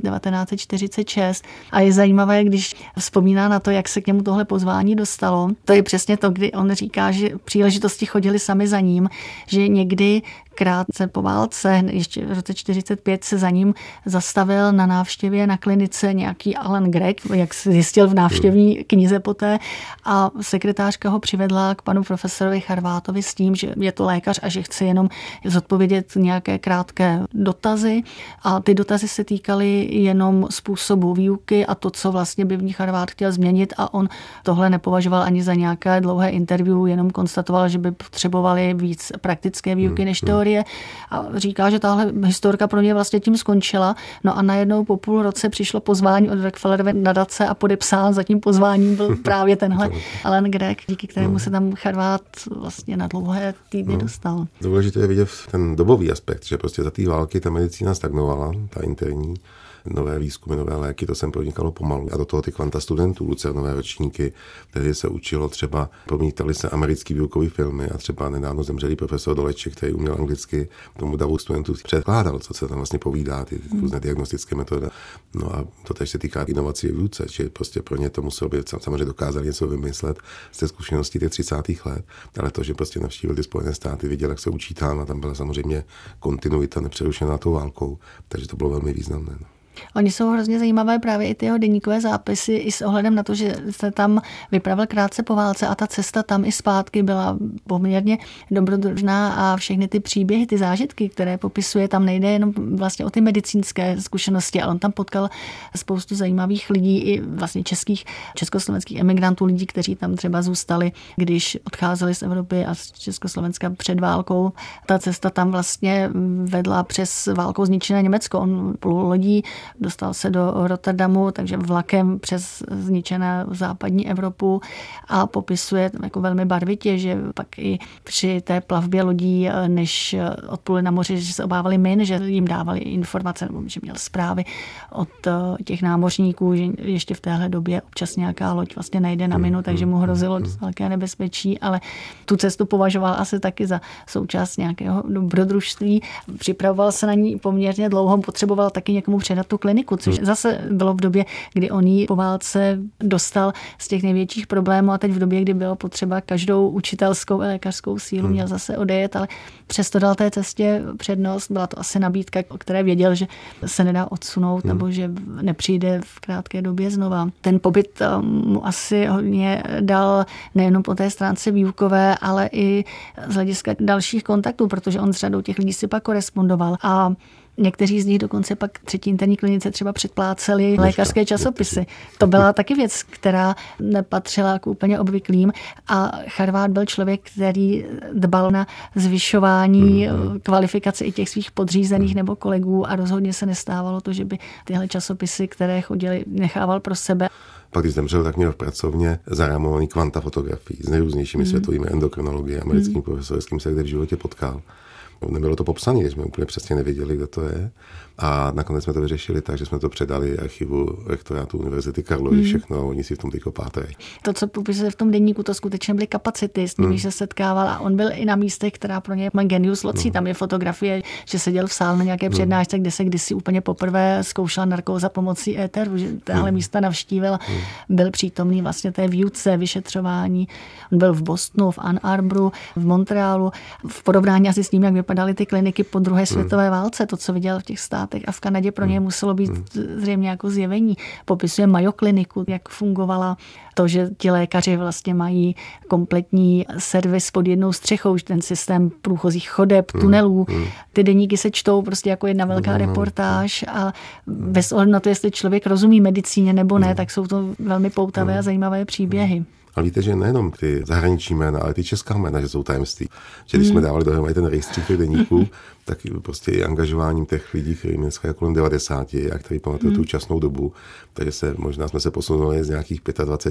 1946 a je zajímavé, když vzpomíná na to, jak se k němu tohle pozvání dostalo. To je přesně to, kdy on říká, že příležitosti chodily sami za ním, že někdy krátce po válce, ještě v roce 1945 se za ním zastavil na návštěvě na klinice nějaký Alan Gregg, jak se zjistil v návštěvní knize poté, a sekretářka ho přivedla k panu profesorovi Charvátovi s tím, že je to lékař a že chce jenom zodpovědět nějaké krátké dotazy a ty dotazy se týkaly jenom způsobu výuky a to, co vlastně by v ní Charvát chtěl změnit a on tohle nepovažoval ani za nějaké dlouhé interview, jenom konstatoval, že by potřebovali víc praktické výuky než teorie. A říká, že tahle historka pro ně vlastně tím skončila. No a najednou po půl roce přišlo pozvání od Rockefellerovy nadace a podepsán za tím pozváním byl právě tenhle Alan Gregg, díky kterému se tam Charvát vlastně na dlouhé týdny dostal. Důležité je vidět ten dobový aspekt, že prostě za té války ta medicína stagnovala, ta interní. Nové výzkumy, nové léky, to sem pronikalo pomalu. A do toho ty kvanta studentů, lucernové ročníky, které se učilo třeba, promítaly se americký výukový filmy a třeba nedávno zemřelý profesor Doleček, který uměl anglicky tomu davu studentů překládal, co se tam vlastně povídá, ty různé diagnostické metody. No a to tež se týká inovací v výuce, že prostě pro ně to muselo být, samozřejmě dokázali něco vymyslet z té zkušenosti těch 30. let, ale to, že prostě navštívil ty Spojené státy, viděl, jak se učí tam a tam byla samozřejmě kontinuita nepřerušená tou válkou, takže to bylo velmi významné. No. Oni jsou hrozně zajímavé právě i ty jeho deníkové zápisy i s ohledem na to, že se tam vypravil krátce po válce a ta cesta tam i zpátky byla poměrně dobrodružná a všechny ty příběhy, ty zážitky, které popisuje, tam nejde jenom vlastně o ty medicínské zkušenosti, ale on tam potkal spoustu zajímavých lidí i vlastně československých emigrantů, lidí, kteří tam třeba zůstali, když odcházeli z Evropy a z Československa před válkou. Ta cesta tam vlastně vedla přes válkou zničené Německo. On plul lodí, dostal se do Rotterdamu, takže vlakem přes zničené západní Evropu a popisuje jako velmi barvitě, že pak i při té plavbě lodí, než odpluli na moři, že se obávali min, že jim dávali informace, nebo že měl zprávy od těch námořníků, že ještě v téhle době občas nějaká loď vlastně najde na minu, takže mu hrozilo dost velké nebezpečí, ale tu cestu považoval asi taky za součást nějakého dobrodružství. Připravoval se na ní poměrně dlouho, potřeboval taky někomu předat tu kliniku, což zase bylo v době, kdy on ji po válce dostal z těch největších problémů a teď v době, kdy bylo potřeba každou učitelskou a lékařskou sílu měl zase odejet, ale přesto dal té cestě přednost. Byla to asi nabídka, o které věděl, že se nedá odsunout nebo že nepřijde v krátké době znova. Ten pobyt mu asi hodně dal nejenom po té stránce výukové, ale i z hlediska dalších kontaktů, protože on s řadou těch lidí si pak korespondoval a někteří z nich dokonce pak třetí interní klinice třeba předpláceli lékařské časopisy. To byla taky věc, která nepatřila k úplně obvyklým a Charvát byl člověk, který dbal na zvyšování kvalifikace i těch svých podřízených nebo kolegů a rozhodně se nestávalo to, že by tyhle časopisy, které chodili, nechával pro sebe. Pak, když zemřel, tak měl v pracovně zarámovaný kvanta fotografií s nejrůznějšími světovými endokrinology, americkým profesorským se kde v životě potkal. Nebylo to popsané, jsme úplně přesně nevěděli, kdo to je. A nakonec jsme to vyřešili tak, že jsme to předali archivu rektorátu Univerzity Karlovy, všechno, oni si v tom teď pátrají. To, co popisuje v tom deníku, to skutečně byly kapacity, s nimi se setkával a on byl i na místech, která pro něj genius loci. Tam je fotografie, že seděl v sále na nějaké přednášce, kde se kdysi úplně poprvé zkoušela narkóza pomocí éteru, že tahle místa navštívil, byl přítomný vlastně té výuce, vyšetřování. On byl v Bostonu, v Ann Arboru, v Montrealu, v porovnání asi s tím, jak vypadaly ty kliniky po druhé světové válce, to, co viděl v těch státech a v Kanadě, pro něj muselo být zřejmě jako zjevení. Popisuje Mayo kliniku, jak fungovala, to, že ti lékaři vlastně mají kompletní servis pod jednou střechou, ten systém průchozích chodeb, tunelů. Ty deníky se čtou prostě jako jedna velká reportáž a bez ohledu na to, jestli člověk rozumí medicíně nebo ne, tak jsou to velmi poutavé a zajímavé příběhy. Ale víte, že nejenom ty zahraniční jména, ale ty česká jména, že jsou tajemství. Že když jsme dávali dohromady ten rejstřík těch deníků, tak prostě i angažováním těch lidí, kteří dneska je kolem 90 a kteří pamatují tu časnou dobu, takže možná jsme se posunuli z nějakých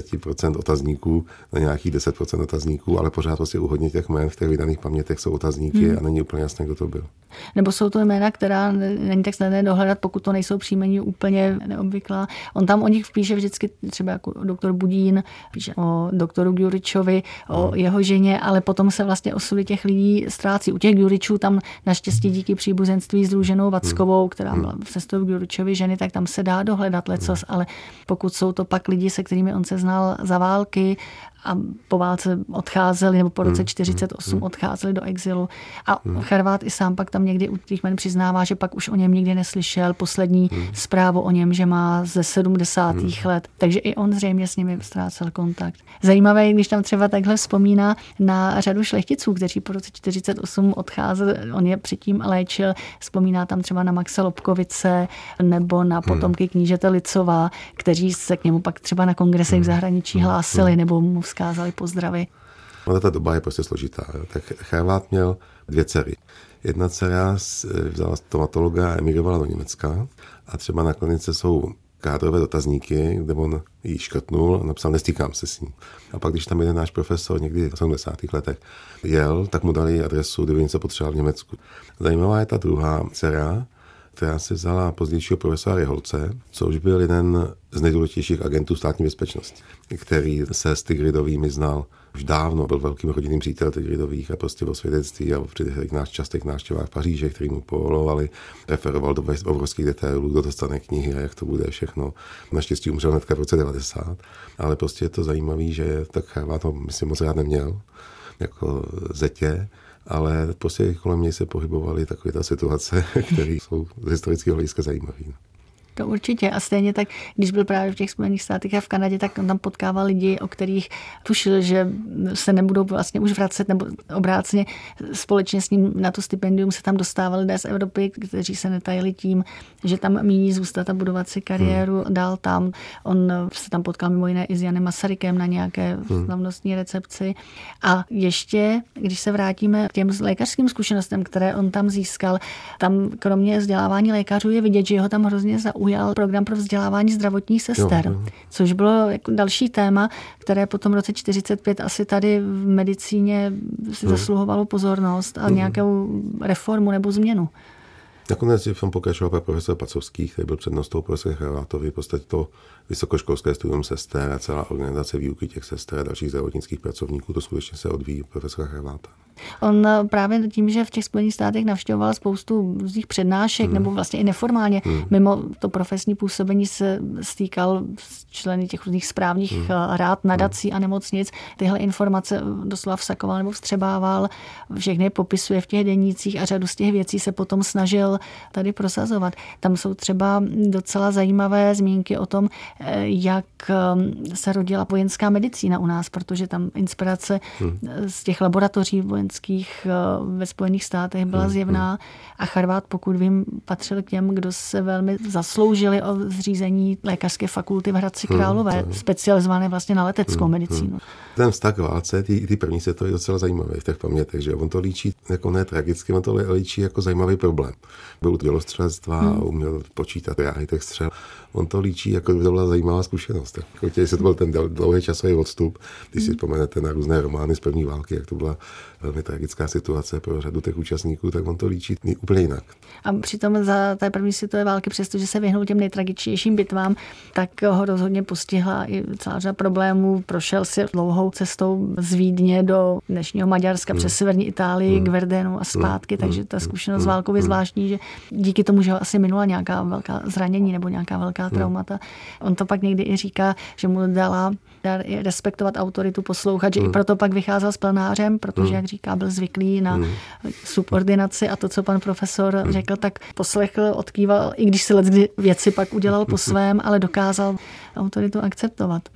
25% otazníků na nějakých 10% otazníků, ale pořád prostě u hodně těch jmén v těch vydaných pamětech jsou otazníky a není úplně jasné, kdo to byl. Nebo jsou to jména, která není tak snadné dohledat, pokud to nejsou příjmení úplně neobvyklá. On tam o nich píše vždycky třeba jako doktor Budín, píše o doktoru Gjuričovi, o jeho ženě, ale potom se vlastně osudy těch lidí ztrácí. U těch Gjuričů tam naštěstí díky příbuzenství s Růženou Vackovou, která byla sestrou Gjuričovy ženy, tak tam se dá dohledat lecos, ale pokud jsou to pak lidi, se kterými on se znal za války a po válce odcházeli, nebo po roce 1948 odcházeli do exilu. A Charvát i sám pak tam někdy u těch jmen přiznává, že pak už o něm nikdy neslyšel. Poslední zprávu o něm, že má ze 70. let. Takže i on zřejmě s nimi ztrácel kontakt. Zajímavé, když tam třeba takhle vzpomíná na řadu šlechticů, kteří po roce 1948 odcházeli. On je předtím léčil. Vzpomíná tam třeba na Maxe Lobkovice nebo na potomky knížete Licová, kteří se k němu pak třeba na kongresech v zahraničí hlásili nebo mu vzkázali pozdravy. No, ta doba je prostě složitá. Tak Charvát měl 2 dcery. Jedna dcera vzala stomatologa a emigrovala do Německa a třeba na klinice jsou kádrové dotazníky, kde on jí škrtnul a napsal, nestýkám se s ní. A pak, když tam jeden náš profesor někdy v 70. letech jel, tak mu dali adresu, kdyby něco potřeboval v Německu. Zajímavá je ta druhá dcera, která si vzala pozdějšího profesora Reholce, což byl jeden z nejdůležitějších agentů státní bezpečnosti, který se s Tigridovými znal už dávno, byl velkým rodinným přítel Tigridových a prostě o svědectví a při těch častých návštěvách v Paříži, který mu povolovali, referoval do obrovských detailů, kdo dostane knihy a jak to bude všechno. Naštěstí umřel hnedka v roce 90, ale prostě je to zajímavé, že tak Charvát to myslím moc rád neměl, jako zetě, ale prostě kolem něj se pohybovaly takové ta situace, které jsou z historického hlediska zajímavé. To určitě. A stejně tak, když byl právě v těch Spojených státech a v Kanadě, tak on tam potkával lidi, o kterých tušil, že se nebudou vlastně už vracet, nebo obráceně společně s ním na to stipendium se tam dostávali lidé z Evropy, kteří se netajili tím, že tam míní zůstat a budovat si kariéru dál tam. On se tam potkal mimo jiné i s Janem Masarykem na nějaké slavnostní recepci. A ještě, když se vrátíme k těm lékařským zkušenostem, které on tam získal, tam kromě vzdělávání lékařů je vidět, že jeho tam hrozně zaujal program pro vzdělávání zdravotních sester, což bylo jako další téma, které po tom roce 1945 asi tady v medicíně si zasluhovalo pozornost a nějakou reformu nebo změnu. Nakonec v tom pokračoval pan profesor Pacovský, který byl přednostou profesora Charvátovi, v podstatě to vysokoškolské studium sester a celá organizace výuky těch sester a dalších zdravotnických pracovníků, to skutečně se odvíjí profesora Charváta. On právě tím, že v těch Spojených státech navštěvoval spoustu různých přednášek nebo vlastně i neformálně, mimo to profesní působení se stýkal s členy těch různých správních rád, nadací a nemocnic. Tyhle informace doslova vsakoval nebo vstřebával, všechny je popisuje v těch denících a řadu z těch věcí se potom snažil tady prosazovat. Tam jsou třeba docela zajímavé zmínky o tom, jak se rodila vojenská medicína u nás, protože tam inspirace z těch laboratoří vojenských ve Spojených státech byla zjevná a Charvát, pokud vím, patřil k těm, kdo se velmi zasloužili o zřízení lékařské fakulty v Hradci Králové, specializované vlastně na leteckou medicínu. Ten vztah k válce, ty první světové je docela zajímavý v těch pamětech, že on to líčí jako ne tragicky, on to líčí jako zajímavý problém. byl dělostřelectva, uměl počítat jáhy těch střel. On to líčí, jako by to byla zajímavá zkušenost. Jako jestli to byl ten dlouhý časový odstup, když si vzpomenete na různé romány z první války, jak to byla velmi tragická situace pro řadu těch účastníků, tak on to líčí úplně jinak. A přitom za té první světové války, přestože se vyhnul těm nejtragičnějším bitvám, tak ho rozhodně postihla i celá řada problémů. Prošel si dlouhou cestou z Vídně do dnešního Maďarska přes severní Itálii k Verdenu a zpátky, takže ta zkušenost s válkou je zvláštní, že díky tomu, že ho asi minula nějaká velká zranění nebo nějaká velká traumata. On to pak někdy i říká, že mu dala respektovat autoritu, poslouchat, že i proto pak vycházel s plenářem, protože, jak říká, byl zvyklý na subordinaci a to, co pan profesor řekl, tak poslechl, odkýval, i když si leckdy věci pak udělal po svém, ale dokázal autoritu akceptovat.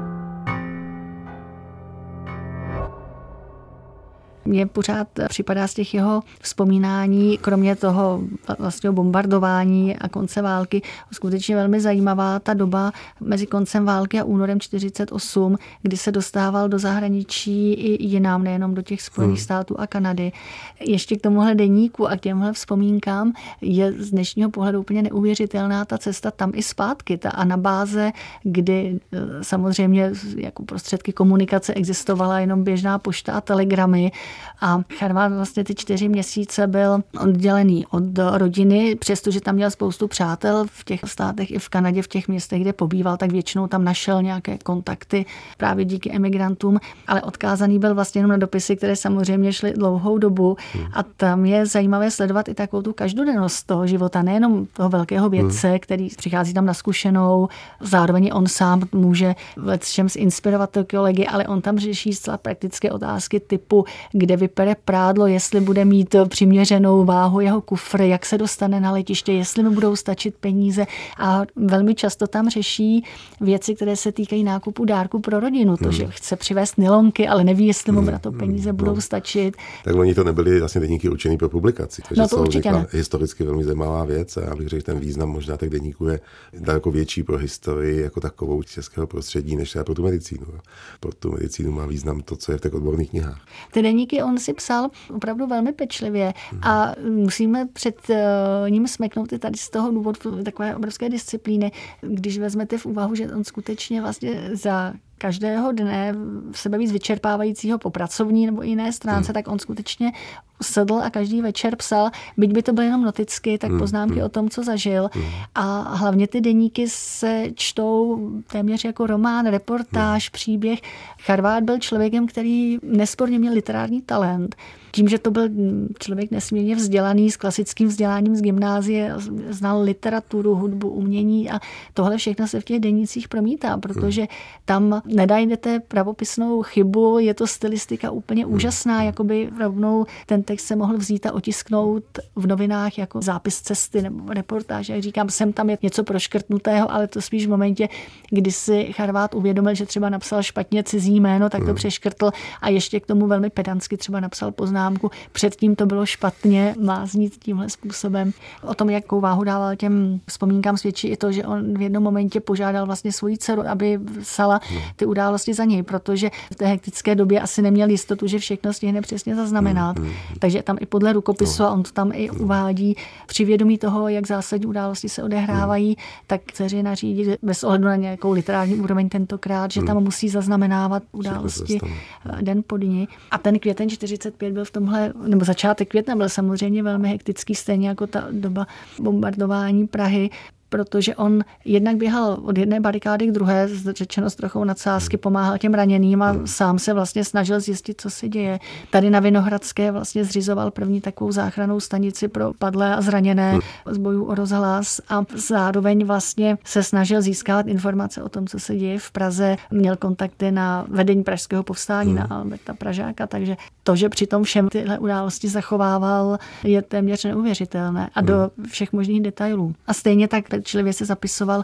Mně pořád připadá z těch jeho vzpomínání, kromě toho vlastně bombardování a konce války, skutečně velmi zajímavá ta doba mezi koncem války a únorem 1948, kdy se dostával do zahraničí i jinam, nejenom do těch Spojených států a Kanady. Ještě k tomuhle deníku a k těmhle vzpomínkám je z dnešního pohledu úplně neuvěřitelná ta cesta tam i zpátky. Ta anabáze, kdy samozřejmě jako prostředky komunikace existovala jenom běžná pošta a telegramy, a Charvát vlastně ty 4 měsíce byl oddělený od rodiny, přestože tam měl spoustu přátel v těch státech i v Kanadě, v těch městech, kde pobýval, tak většinou tam našel nějaké kontakty právě díky emigrantům, ale odkázaný byl vlastně jenom na dopisy, které samozřejmě šly dlouhou dobu a tam je zajímavé sledovat i takovou tu každodennost toho života, nejenom toho velkého vědce, který přichází tam na zkušenou, zároveň on sám může lecčem inspirovat ty kolegy, ale on tam řeší zcela praktické otázky typu, kde vypere prádlo, jestli bude mít přiměřenou váhu jeho kufr, jak se dostane na letiště, jestli mu budou stačit peníze a velmi často tam řeší věci, které se týkají nákupu dárku pro rodinu, to, že chce přivést nylonky, ale neví, jestli mu na to peníze budou stačit. Tak oni to nebyli vlastně deníky určený pro publikaci, takže no to určitě ne. Historicky velmi zajímavá věc a já bych řekl, ten význam možná těch deníků je daleko větší pro historii jako takovou českého prostředí, než pro tu medicínu. Pro tu medicínu má význam to, co je v těch odborných knihách. Ty deníky on si psal opravdu velmi pečlivě a musíme před ním smeknout i tady z toho důvodu takové obrovské disciplíny, když vezmete v úvahu, že on skutečně vlastně za každého dne v sebe víc vyčerpávajícího po pracovní nebo jiné stránce, tak on skutečně sedl a každý večer psal, byť by to byly jenom noticky, tak poznámky o tom, co zažil. A hlavně ty deníky se čtou téměř jako román, reportáž, příběh. Charvát byl člověkem, který nesporně měl literární talent. Tím, že to byl člověk nesmírně vzdělaný s klasickým vzděláním z gymnázie, znal literaturu, hudbu, umění a tohle všechno se v těch denících promítá, protože tam nedajdete pravopisnou chybu, je to stylistika úplně úžasná, jakoby rovnou ten text se mohl vzít a otisknout v novinách jako zápis cesty nebo reportáž. Jak říkám, sem tam je něco proškrtnutého, ale to spíš v momentě, kdy si Charvát uvědomil, že třeba napsal špatně cizí jméno, tak to přeškrtl a ještě k tomu velmi pedantsky třeba napsal poznámku. Předtím to bylo špatně, má znít tímhle způsobem. O tom, jakou váhu dával těm vzpomínkám, svědčí i to, že on v jednom momentě požádal vlastně svoji dceru, aby psala ty události za něj, protože v té hektické době asi neměl jistotu, že všechno stihne přesně zaznamenat. Takže tam i podle rukopisu, a on to tam i uvádí, při vědomí toho, jak zásadní události se odehrávají, tak dceři nařídí bez ohledu na nějakou literární úroveň tentokrát, že tam musí zaznamenávat události den po dni. A ten květen 45 byl v tomhle, nebo začátek května byl samozřejmě velmi hektický, stejně jako ta doba bombardování Prahy, protože on jednak běhal od jedné barikády k druhé, řečeno s trochou nadsázky, pomáhal těm raněným a sám se vlastně snažil zjistit, co se děje. Tady na Vinohradské vlastně zřizoval první takovou záchrannou stanici pro padlé a zraněné z bojů o rozhlas a zároveň vlastně se snažil získávat informace o tom, co se děje v Praze. Měl kontakty na vedení pražského povstání, na Alberta Pražáka, takže to, že přitom všem tyhle události zachovával, je téměř neuvěřitelné a do všech možných detailů. A stejně tak pečlivě se zapisoval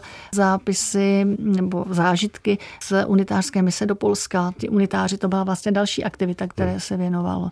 zápisy nebo zážitky z unitářské mise do Polska. Ti unitáři, to byla vlastně další aktivita, které se věnoval.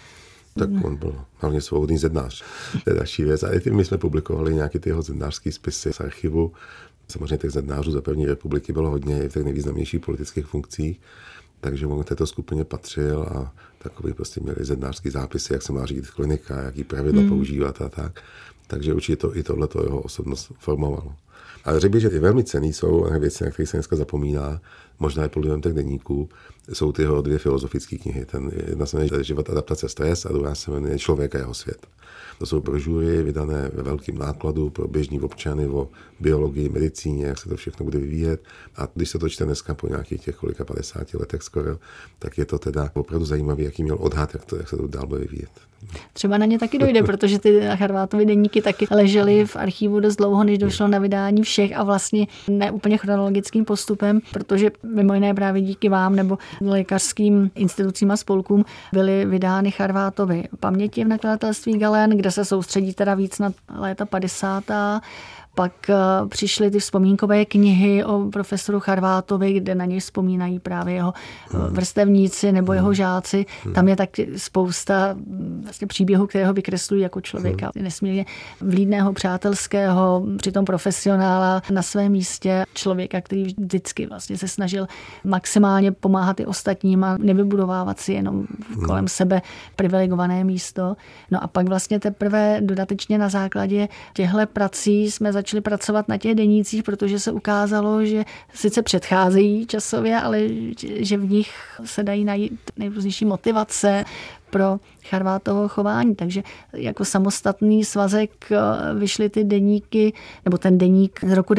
Tak on byl hlavně svobodný zednář. To je další věc. A i my jsme publikovali nějaké ty jeho zednářské spisy z archivu. Samozřejmě těch zednářů za první republiky bylo hodně i v těch nejvýznamnějších politických funkcích. takže on k této skupině patřil a takový prostě měli zednářský zápisy, jak se má řídit klinika, jaký pravidla používat a tak. Takže určitě to i tohleto jeho osobnost formovalo. Ale řekl bych, že velmi cenný jsou věci, na které se dneska zapomíná, možná i pod vlivem těch deníků, jsou ty jeho 2 filozofické knihy. Jedna se jmenuje Život, adaptace, stres a druhá se jmenuje Člověk a jeho svět. To jsou brožury vydané ve velkém nákladu pro běžní občany o biologii, medicíně, jak se to všechno bude vyvíjet. A když se to čte dneska po nějakých těch 50 letech skoro, tak je to teda opravdu zajímavé, jaký měl odhad, jak se to dál bude vyvíjet. Třeba na ně taky dojde, protože ty Charvátovy deníky taky ležely v archivu dost dlouho, než došlo na vydání všech a vlastně ne úplně chronologickým postupem, protože mimo jiné právě díky vám nebo lékařským institucím a spolkům byly vydány Charvátovy paměti v nakladatelství Galén, kde se soustředí teda víc na léta 50. Pak přišly ty vzpomínkové knihy o profesoru Charvátovi, kde na něj vzpomínají právě jeho vrstevníci nebo jeho žáci. Tam je taky spousta vlastně příběhů, které ho vykreslují jako člověka nesmírně vlídného, přátelského, přitom profesionála na svém místě, člověka, který vždycky vlastně se snažil maximálně pomáhat i ostatním a nevybudovávat si jenom kolem sebe privilegované místo. No a pak vlastně teprve dodatečně na základě těchto prací jsme začali pracovat na těch denících, protože se ukázalo, že sice předcházejí časově, ale že v nich se dají najít nejrůznější motivace pro Charvátovo chování. Takže jako samostatný svazek vyšly ty deníky, nebo ten deník z roku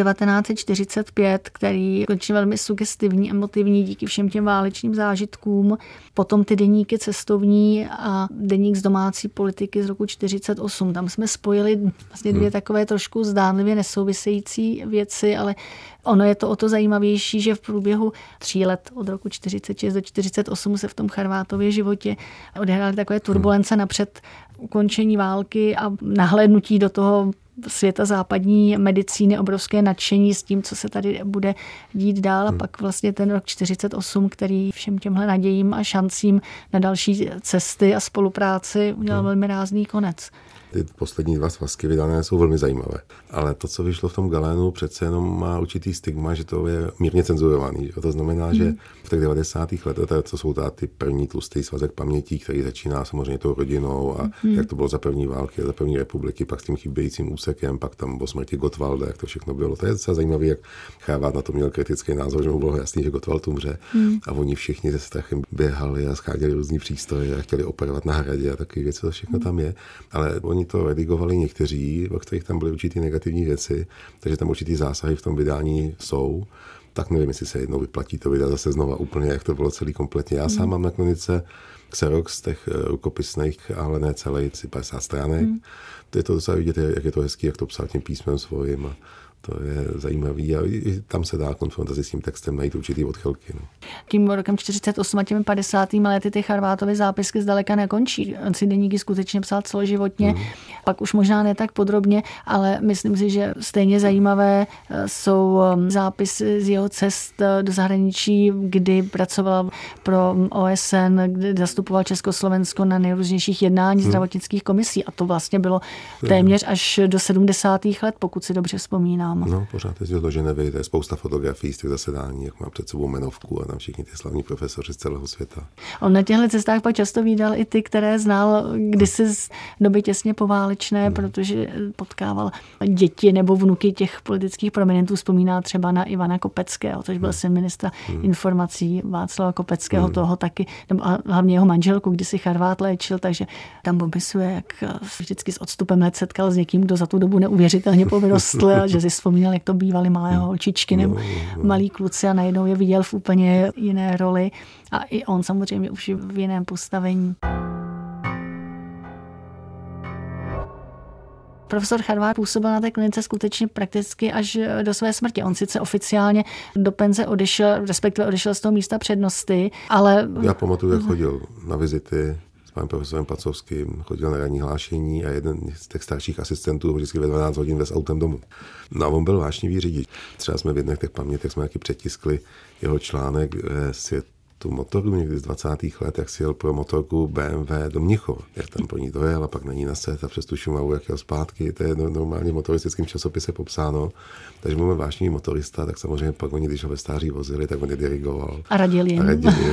1945, který je konečně velmi sugestivní, emotivní díky všem těm válečným zážitkům. Potom ty deníky cestovní a deník z domácí politiky z roku 1948. Tam jsme spojili vlastně 2 takové trošku zdánlivě nesouvisející věci, ale ono je to o to zajímavější, že v průběhu 3 let od roku 1946 do 1948 se v tom Charvátově životě odehrály takové turbulence napřed ukončení války a nahlédnutí do toho světa západní medicíny, obrovské nadšení s tím, co se tady bude dít dál. A pak vlastně ten rok 1948, který všem těmhle nadějím a šancím na další cesty a spolupráci udělal velmi rázný konec. Ty poslední 2 svazky vydané jsou velmi zajímavé. Ale to, co vyšlo v tom Galénu, přece jenom má určitý stigma, že to je mírně cenzurovaný. To znamená, že v těch 90. letech, to jsou ty první tlustý svazek pamětí, který začíná samozřejmě tou rodinou a jak to bylo za první války, za první republiky, pak s tím chybějícím úsekem, pak tam o smrti Gottwalda, jak to všechno bylo. To je docela zajímavé, jak Charvát na to měl kritický názor, že mu bylo jasný, že Gottwald umře. A oni všichni se strachem běhali a scháděli různý přístroje a chtěli operovat na hradě a takové věci, to všechno tam je. Ale oni to redigovali někteří, o kterých tam byly určitý negativní věci, takže tam určitý zásahy v tom vydání jsou. Tak nevím, jestli se jednou vyplatí to vydat zase znova úplně, jak to bylo celý kompletně. Já sám mám na klinice xerox z těch rukopisných, ale ne celý, 50 stránek. To je to docela vidět, jak je to hezký, jak to psal tím písmem svojím. To je zajímavý a i tam se dá konfrontaci s tím textem najít určitý odchylky. No. Tím rokem 48 a těmi 50. lety ty Charvátovy zápisky zdaleka nekončí. On si deníky skutečně psal celoživotně, pak už možná ne tak podrobně, ale myslím si, že stejně zajímavé jsou zápisy z jeho cest do zahraničí, kdy pracoval pro OSN, kdy zastupoval Československo na nejrůznějších jednání zdravotnických komisí a to vlastně bylo téměř až do 70. let, pokud si dobře vzpomínám. No, pořád jezdil do Ženevy, to je spousta fotografií z těch zasedání, jak má před sebou jmenovku a tam všichni ty slavní profesoři z celého světa. On na těchto cestách pak často vídal i ty, které znal kdysi z doby těsně poválečné, protože potkával děti nebo vnuky těch politických prominentů. Vzpomíná třeba na Ivana Kopeckého, což byl syn ministra informací Václava Kopeckého, toho taky, nebo hlavně jeho manželku, kdy si Charvát léčil, takže tam popisuje, jak vždycky s odstupem let setkal s někým, kdo za tu dobu neuvěřitelně povyrostl a že si vzpomínal, jak to bývaly malé holčičky nebo malí kluci a najednou je viděl v úplně jiné roli a i on samozřejmě už v jiném postavení. Profesor Charvát působil na té klinice skutečně prakticky až do své smrti. On sice oficiálně do penze odešel, respektive odešel z toho místa přednosti, ale... Já pamatuju, jak chodil na vizity s panem profesorem Pacovským, chodil na ranní hlášení a jeden z těch starších asistentů vždycky ve 12 hodin vez autem domů. No a on byl vášnivý řidič. Třeba jsme v jedných těch pamětech jsme taky přetiskli jeho článek Svět tu motoru někdy z 20. let, jak si jel pro motorku BMW do Mnichova, jak tam po ní dojel a pak na ní naset a přes tu Šumavu, jak jel zpátky, to je normálně v motoristickém časopise popsáno. Takže byl vášnivý motorista, tak samozřejmě pak oni, když ho ve stáří vozili, tak on je dirigoval. A radil jim.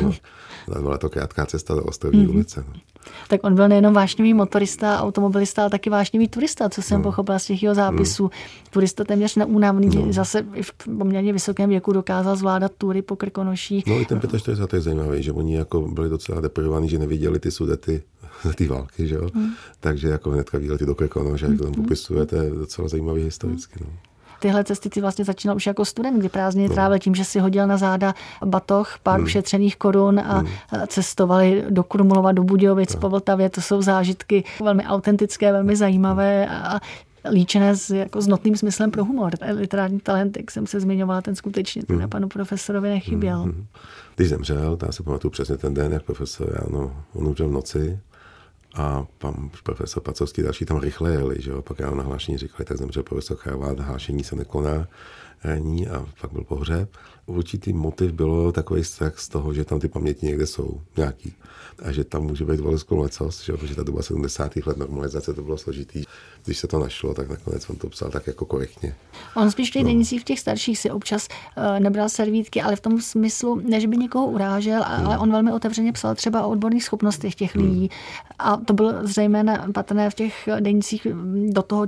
Byla to krátká cesta do Ostrovní ulice. No. Tak on byl nejenom vášnivý motorista, automobilista, ale taky vášnivý turista, co jsem pochopila z těch jeho zápisů. Turista téměř neúnavný, zase v poměrně vysokém věku dokázal zvládat tury po Krkonoších. No i ten 45 je zajímavý, že oni jako byli docela deprivovaní, že neviděli ty Sudety z té války, že jo? Takže jako hnedka výlety do Krkonoš, jak to tam popisuje, to je docela zajímavý historicky. No. Tyhle cesty ty vlastně začínal už jako student, kdy prázdniny trávil tím, že si hodil na záda batoh, pár ušetřených korun a cestovali do Krumlova, do Budějovic, po Vltavě. To jsou zážitky velmi autentické, velmi zajímavé a líčené jako s notným smyslem pro humor. Literární talent, jak jsem se zmiňovala, ten skutečně ten panu profesorovi nechyběl. Když zemřel, já si pamatuju přesně ten den, jak profesor Jáno, on umřel v noci a pan profesor Pacovský další tam rychle jeli, že jo? Pak já na hlášení říkali, tak zemřel profesor Charvát, hlášení se nekoná ní a pak byl pohřeb. Určitý motiv bylo takový strach z toho, že tam ty paměti někde jsou nějaký a že tam může být voleskou lecos, že? Protože ta doba 70. let normalizace to bylo složitý. Když se to našlo, tak nakonec on to psal tak jako korektně. On spíš v těch denících, v těch starších si občas nebral servítky, ale v tom smyslu, než by někoho urážel, ale on velmi otevřeně psal třeba o odborných schopnostech těch lidí. A to bylo zřejmě patrné v těch denících do toho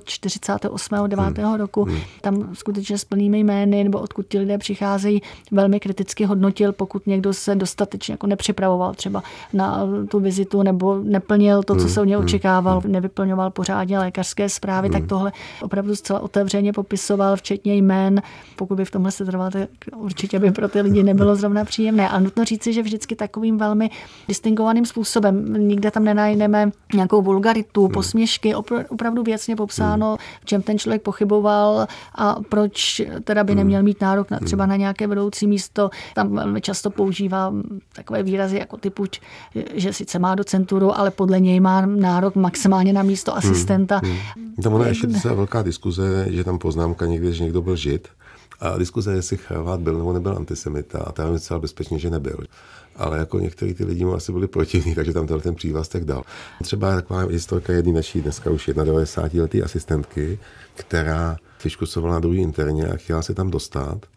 48. 9. roku. Tam skutečně s plnými jmény, nebo odkud ti lidé přicházejí, velmi kriticky hodnotil, pokud někdo se dostatečně jako nepřipravoval třeba na tu vizitu, nebo neplnil to, co se od něj očekával, nevyplňoval pořádně lékařské zprávy, tak tohle opravdu zcela otevřeně popisoval, včetně jmén. Pokud by v tomhle se trval, tak určitě by pro ty lidi nebylo zrovna příjemné. A nutno říci, že vždycky takovým velmi distingovaným způsobem. Nikde tam nenajdeme nějakou vulgaritu, posměšky, opravdu věcně popsáno, v čem ten člověk pochyboval a proč teda by neměl mít nárok třeba na nějaké vedoucí místo. Tam velmi často používá takové výrazy jako typu, že sice má docenturu, ale podle něj má nárok maximálně na místo asistenta. Tam ona ještě docela velká diskuze, že tam poznámka někde, že někdo byl žid. A diskuze, jestli Charvát byl nebo nebyl antisemita. A tam je docela bezpečně, že nebyl. Ale jako některý ty lidi mu asi byli protivní, takže tam ten přívlastek dal. Třeba taková historka jedné naší dneska už 91letý asistentky, která fiškusovala na druhý interně a chtěla se tam dostat.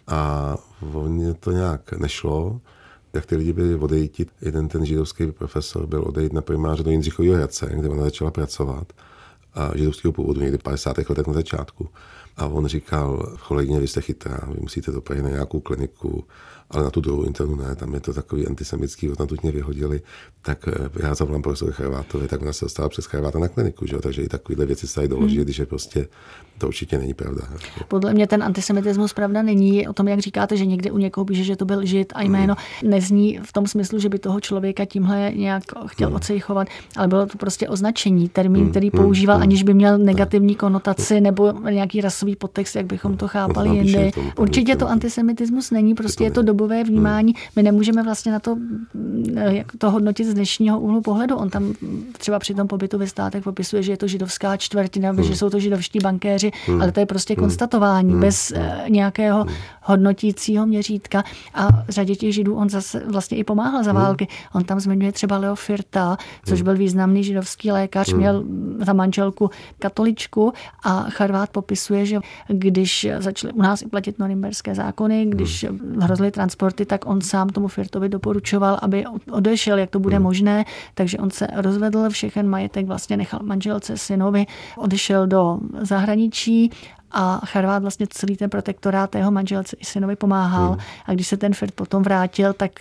A on to nějak nešlo. Jak ty lidi byli odejít, jeden ten židovský profesor byl odejít na primáře do Jindřichového Hradce, kde ona začala pracovat. A židovského původu někdy v 50. letech na začátku. A on říkal, kolegyně, vy jste chytrá, vy musíte do Prahy na nějakou kliniku, ale na tu druhou internu ne, tam je to takový antisemický, odtamtud mě vyhodili, tak já zavolám profesoru Charvátovi, tak ona se dostala přes Charváta na kliniku, že? Takže i takovéhle věci se dají doložit, když je prostě, to určitě není pravda. Podle mě ten antisemitismus pravda není o tom, jak říkáte, že někde u někoho píše, že to byl žid a jméno nezní v tom smyslu, že by toho člověka tímhle nějak chtěl ocejchovat, ale bylo to prostě označení, termín, který používal, aniž by měl negativní konotaci nebo nějaký rasový podtext, jak bychom to chápali jindy. Určitě to antisemitismus není, prostě je to dobové vnímání. My nemůžeme vlastně na to, jak to hodnotit z dnešního úhlu pohledu. On tam třeba při tom pobytu ve státech popisuje, že je to židovská čtvrtina, že jsou to židovští bankéři, ale to je prostě konstatování bez nějakého hodnotícího měřítka. A řadě těch židů on zase vlastně i pomáhal za války. On tam zmiňuje třeba Leo Firta, což byl významný židovský lékař, měl za manželku katoličku a Charvát popisuje, že když začaly u nás i platit norimberské zákony, když hrozily transporty, tak on sám tomu Firtovi doporučoval, aby odešel, jak to bude možné, takže on se rozvedl, všechen majetek vlastně nechal manželce, synovi, odešel do zahraničí a Charvát vlastně celý ten protektorát jeho manželce i synovi pomáhal. A když se ten Firt potom vrátil, tak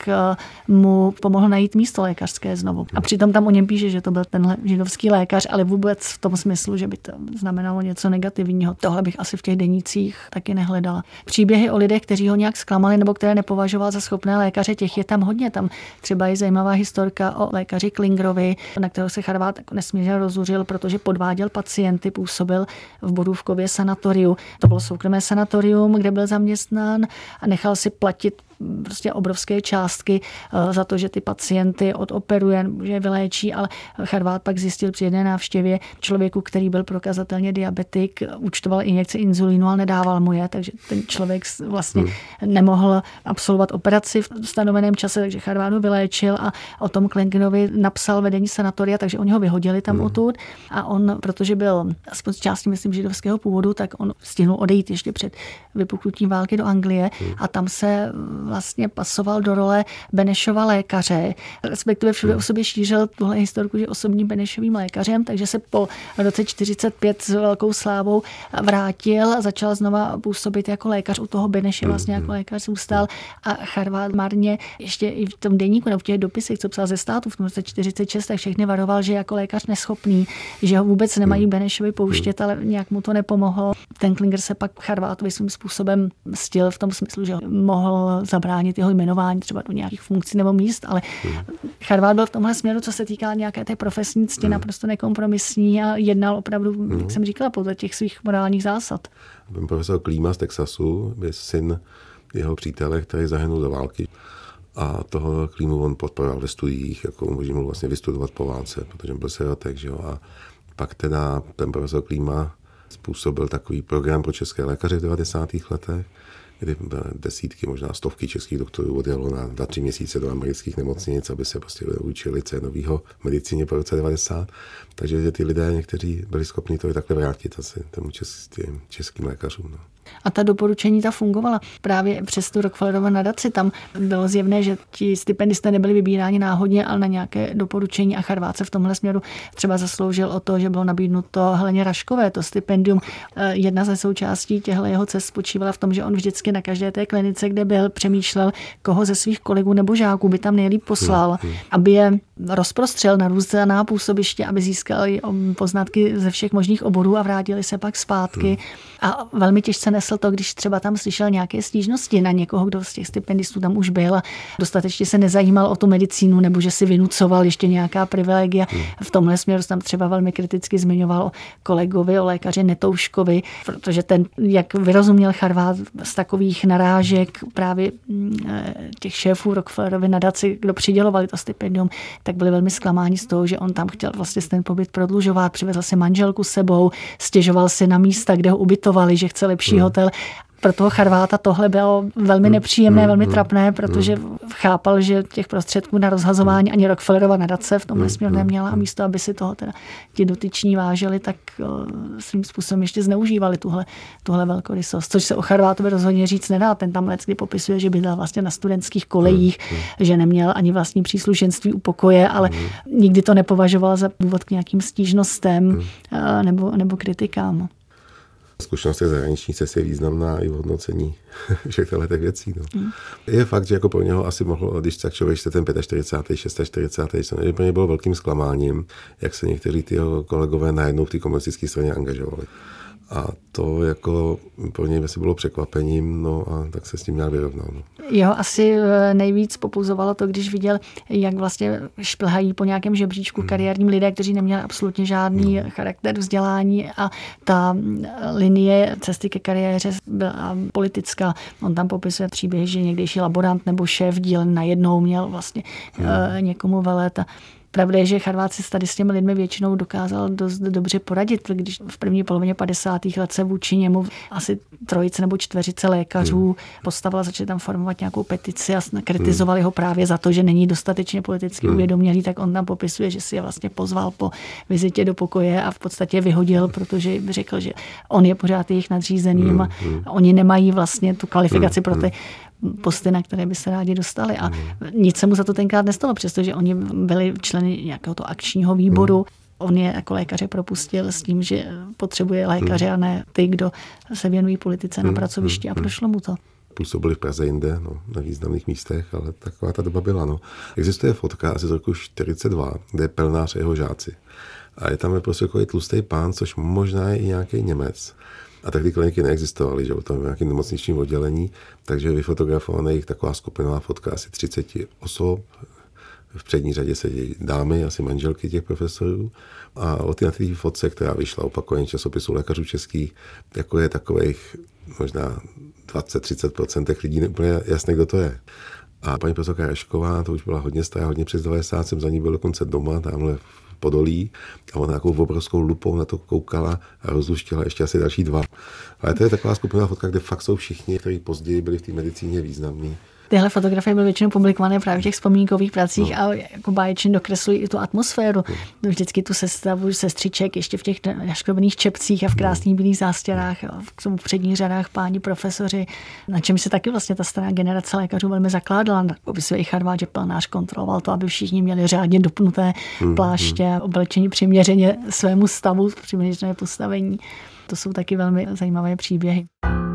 mu pomohl najít místo lékařské znovu. A přitom tam o něm píše, že to byl tenhle židovský lékař, ale vůbec v tom smyslu, že by to znamenalo něco negativního. Tohle bych asi v těch denících taky nehledala. Příběhy o lidech, kteří ho nějak zklamali nebo které nepovažoval za schopné lékaře, těch je tam hodně. Tam třeba je zajímavá historka o lékaři Klingrovi, na kterého se Charvát nesmírně rozuřil, protože podváděl pacienty, působil v Borůvkově sanatoriu. To bylo soukromé sanatorium, kde byl zaměstnán a nechal si platit prostě obrovské částky za to, že ty pacienty odoperuje, že je vyléčí, ale Charvát pak zjistil při jedné návštěvě člověku, který byl prokazatelně diabetik, účtoval injekci inzulínu, ale nedával mu je, takže ten člověk vlastně nemohl absolvovat operaci v stanoveném čase, takže Charvát ho vyléčil a o tom Klenkenovi napsal vedení sanatoria, takže oni ho vyhodili tam odtud a on, protože byl aspoň z části, myslím, židovského původu, tak on stihnul odejít ještě před vypuknutím války do Anglie a tam se vlastně pasoval do role Benešova lékaře, respektive všude o sobě šířil tuhle historku, že osobním Benešovým lékařem, takže se po roce 45 s velkou slávou vrátil a začal znova působit jako lékař. U toho Beneše vlastně jako lékař zůstal a Charvát marně ještě i v tom deníku nebo v těch dopisech, co psal ze státu v tom roce 46, tak všechny varoval, že jako lékař neschopný, že ho vůbec nemají Benešovi pouštět, ale nějak mu to nepomohlo. Ten Klinger se pak Charvátovi svým způsobem stil v tom smyslu, že mohl zabránit jeho jmenování třeba do nějakých funkcí nebo míst, ale Charvát byl v tomhle směru, co se týká nějaké té profesní cti, naprosto nekompromisní a jednal opravdu, jak jsem říkala, podle těch svých morálních zásad. Pan profesor Klíma z Texasu je syn jeho přítele, který zahynul do války. A toho Klímu on podporoval ve studiích, jako umožnil mu vlastně vystudovat po válce, protože byl sirotek, že jo. A pak teda ten profesor Klíma způsobil takový program pro české lékaře v 90. letech, kdy desítky, možná stovky českých doktorů odjelo na 3 měsíce do amerických nemocnic, aby se prostě učili, co je novýho v medicíně po roce 90. Takže ty lidé někteří byli schopni to i takhle vrátit asi tomu českým lékařům. No. A ta doporučení ta fungovala. Právě přes tu Rockefellerovu nadaci tam bylo zjevné, že ti stipendisté nebyli vybíráni náhodně, ale na nějaké doporučení a Charvát se v tomhle směru třeba zasloužil o to, že bylo nabídnuto Heleně Raškové to stipendium. Jedna ze součástí těchto jeho cest spočívala v tom, že on vždycky na každé té klinice, kde byl, přemýšlel, koho ze svých kolegů nebo žáků by tam nejlíp poslal, aby je rozprostřel na různá působiště, aby získali poznatky ze všech možných oborů a vrátili se pak zpátky. A velmi těžce nesl to, když třeba tam slyšel nějaké stížnosti na někoho, kdo z těch stipendistů tam už byl a dostatečně se nezajímal o tu medicínu nebo že si vynucoval ještě nějaká privilegia. V tomhle směru tam třeba velmi kriticky zmiňoval o kolegovi, o lékaři Netouškovi, protože ten, jak vyrozuměl Charvát z takových narážek právě těch šéfů Rockefellerovy nadaci, kdo přidělovali to stipendium, tak byli velmi zklamáni z toho, že on tam chtěl vlastně ten pobyt prodlužovat, přivezl si manželku s sebou, stěžoval si na místa, kde ho ubytovali, že chce lepší hotel. Pro toho Charváta tohle bylo velmi nepříjemné, velmi trapné, protože chápal, že těch prostředků na rozhazování ani Rockefellerova nadace v tomhle směru neměla a místo, aby si toho teda ti dotyční vážili, tak svým způsobem ještě zneužívali tuhle velkorysost, což se o Charvátovi rozhodně říct nedá. Ten tam leckdy popisuje, že bydlel vlastně na studentských kolejích, že neměl ani vlastní příslušenství u pokoje, ale nikdy to nepovažoval za důvod k nějakým stížnostem nebo kritikám. Zkušenost těch zahraničních cest je významná i v hodnocení všech těch věcí. No. Je fakt, že jako pro něho asi mohlo, když tak člověk čte ten 45., 46., že pro ně bylo velkým zklamáním, jak se někteří ty jeho kolegové najednou v té komunistické straně angažovali. A to jako pro něj asi bylo překvapením, no a tak se s tím nějak vyrovnal. No. Jeho asi nejvíc popuzovalo to, když viděl, jak vlastně šplhají po nějakém žebříčku kariérním lidé, kteří neměli absolutně žádný charakter vzdělání a ta linie cesty ke kariéře byla politická. On tam popisuje příběh, že někdejší laborant nebo šéf dílen najednou měl vlastně někomu velet a pravda je, že Charvát si tady s těmi lidmi většinou dokázal dost dobře poradit, když v první polovině 50. let se vůči němu asi 3 nebo 4 lékařů postavila, začali tam formovat nějakou petici a kritizovali ho právě za to, že není dostatečně politicky uvědomělý, tak on tam popisuje, že si je vlastně pozval po vizitě do pokoje a v podstatě vyhodil, protože řekl, že on je pořád jejich nadřízeným a oni nemají vlastně tu kvalifikaci pro ty posty, na které by se rádi dostali. A nic se mu za to tenkrát nestalo, přestože oni byli členy nějakého to akčního výboru. On je jako lékaře propustil s tím, že potřebuje lékaře a ne ty, kdo se věnují politice na pracovišti a prošlo mu to. Působili v Praze jinde, no, na významných místech, ale taková ta doba byla. No. Existuje fotka asi z roku 42, kde je Pelnář a jeho žáci. A je tam prostě takový tlustý pán, což možná je i nějaký Němec. A tak ty kliniky neexistovaly, že tam v nějakém nemocničním oddělení, takže je vyfotografovaná jich taková skupinová fotka asi 30 osob, v přední řadě sedí dámy, asi manželky těch profesorů. A o té fotce, která vyšla opakovaně časopisu lékařů českých, jako je takových možná 20-30% lidí neúplně jasné, kdo to je. A paní profesorka Jašková, to už byla hodně stará, hodně přes 90, jsem za ní byl dokonce doma, tamhle v Podolí, a ona takovou obrovskou lupou na to koukala a rozluštila ještě asi další 2. Ale to je taková skupina fotka, kde fakt jsou všichni, kteří později byli v té medicíně významní. Tyhle fotografie byly většinou publikované právě v těch vzpomínkových pracích a jako báječně dokreslují i tu atmosféru. Vždycky tu sestavu sestřiček ještě v těch naškrobených čepcích a v krásných bílých zástěrách a v předních řadách páni profesoři, na čem se taky vlastně ta stará generace lékařů velmi zakládala. Aby se Richard Žepelnář kontroloval to, aby všichni měli řádně dopnuté pláště a oblečení přiměřeně svému stavu, přiměřené postavení. To jsou taky velmi zajímavé příběhy.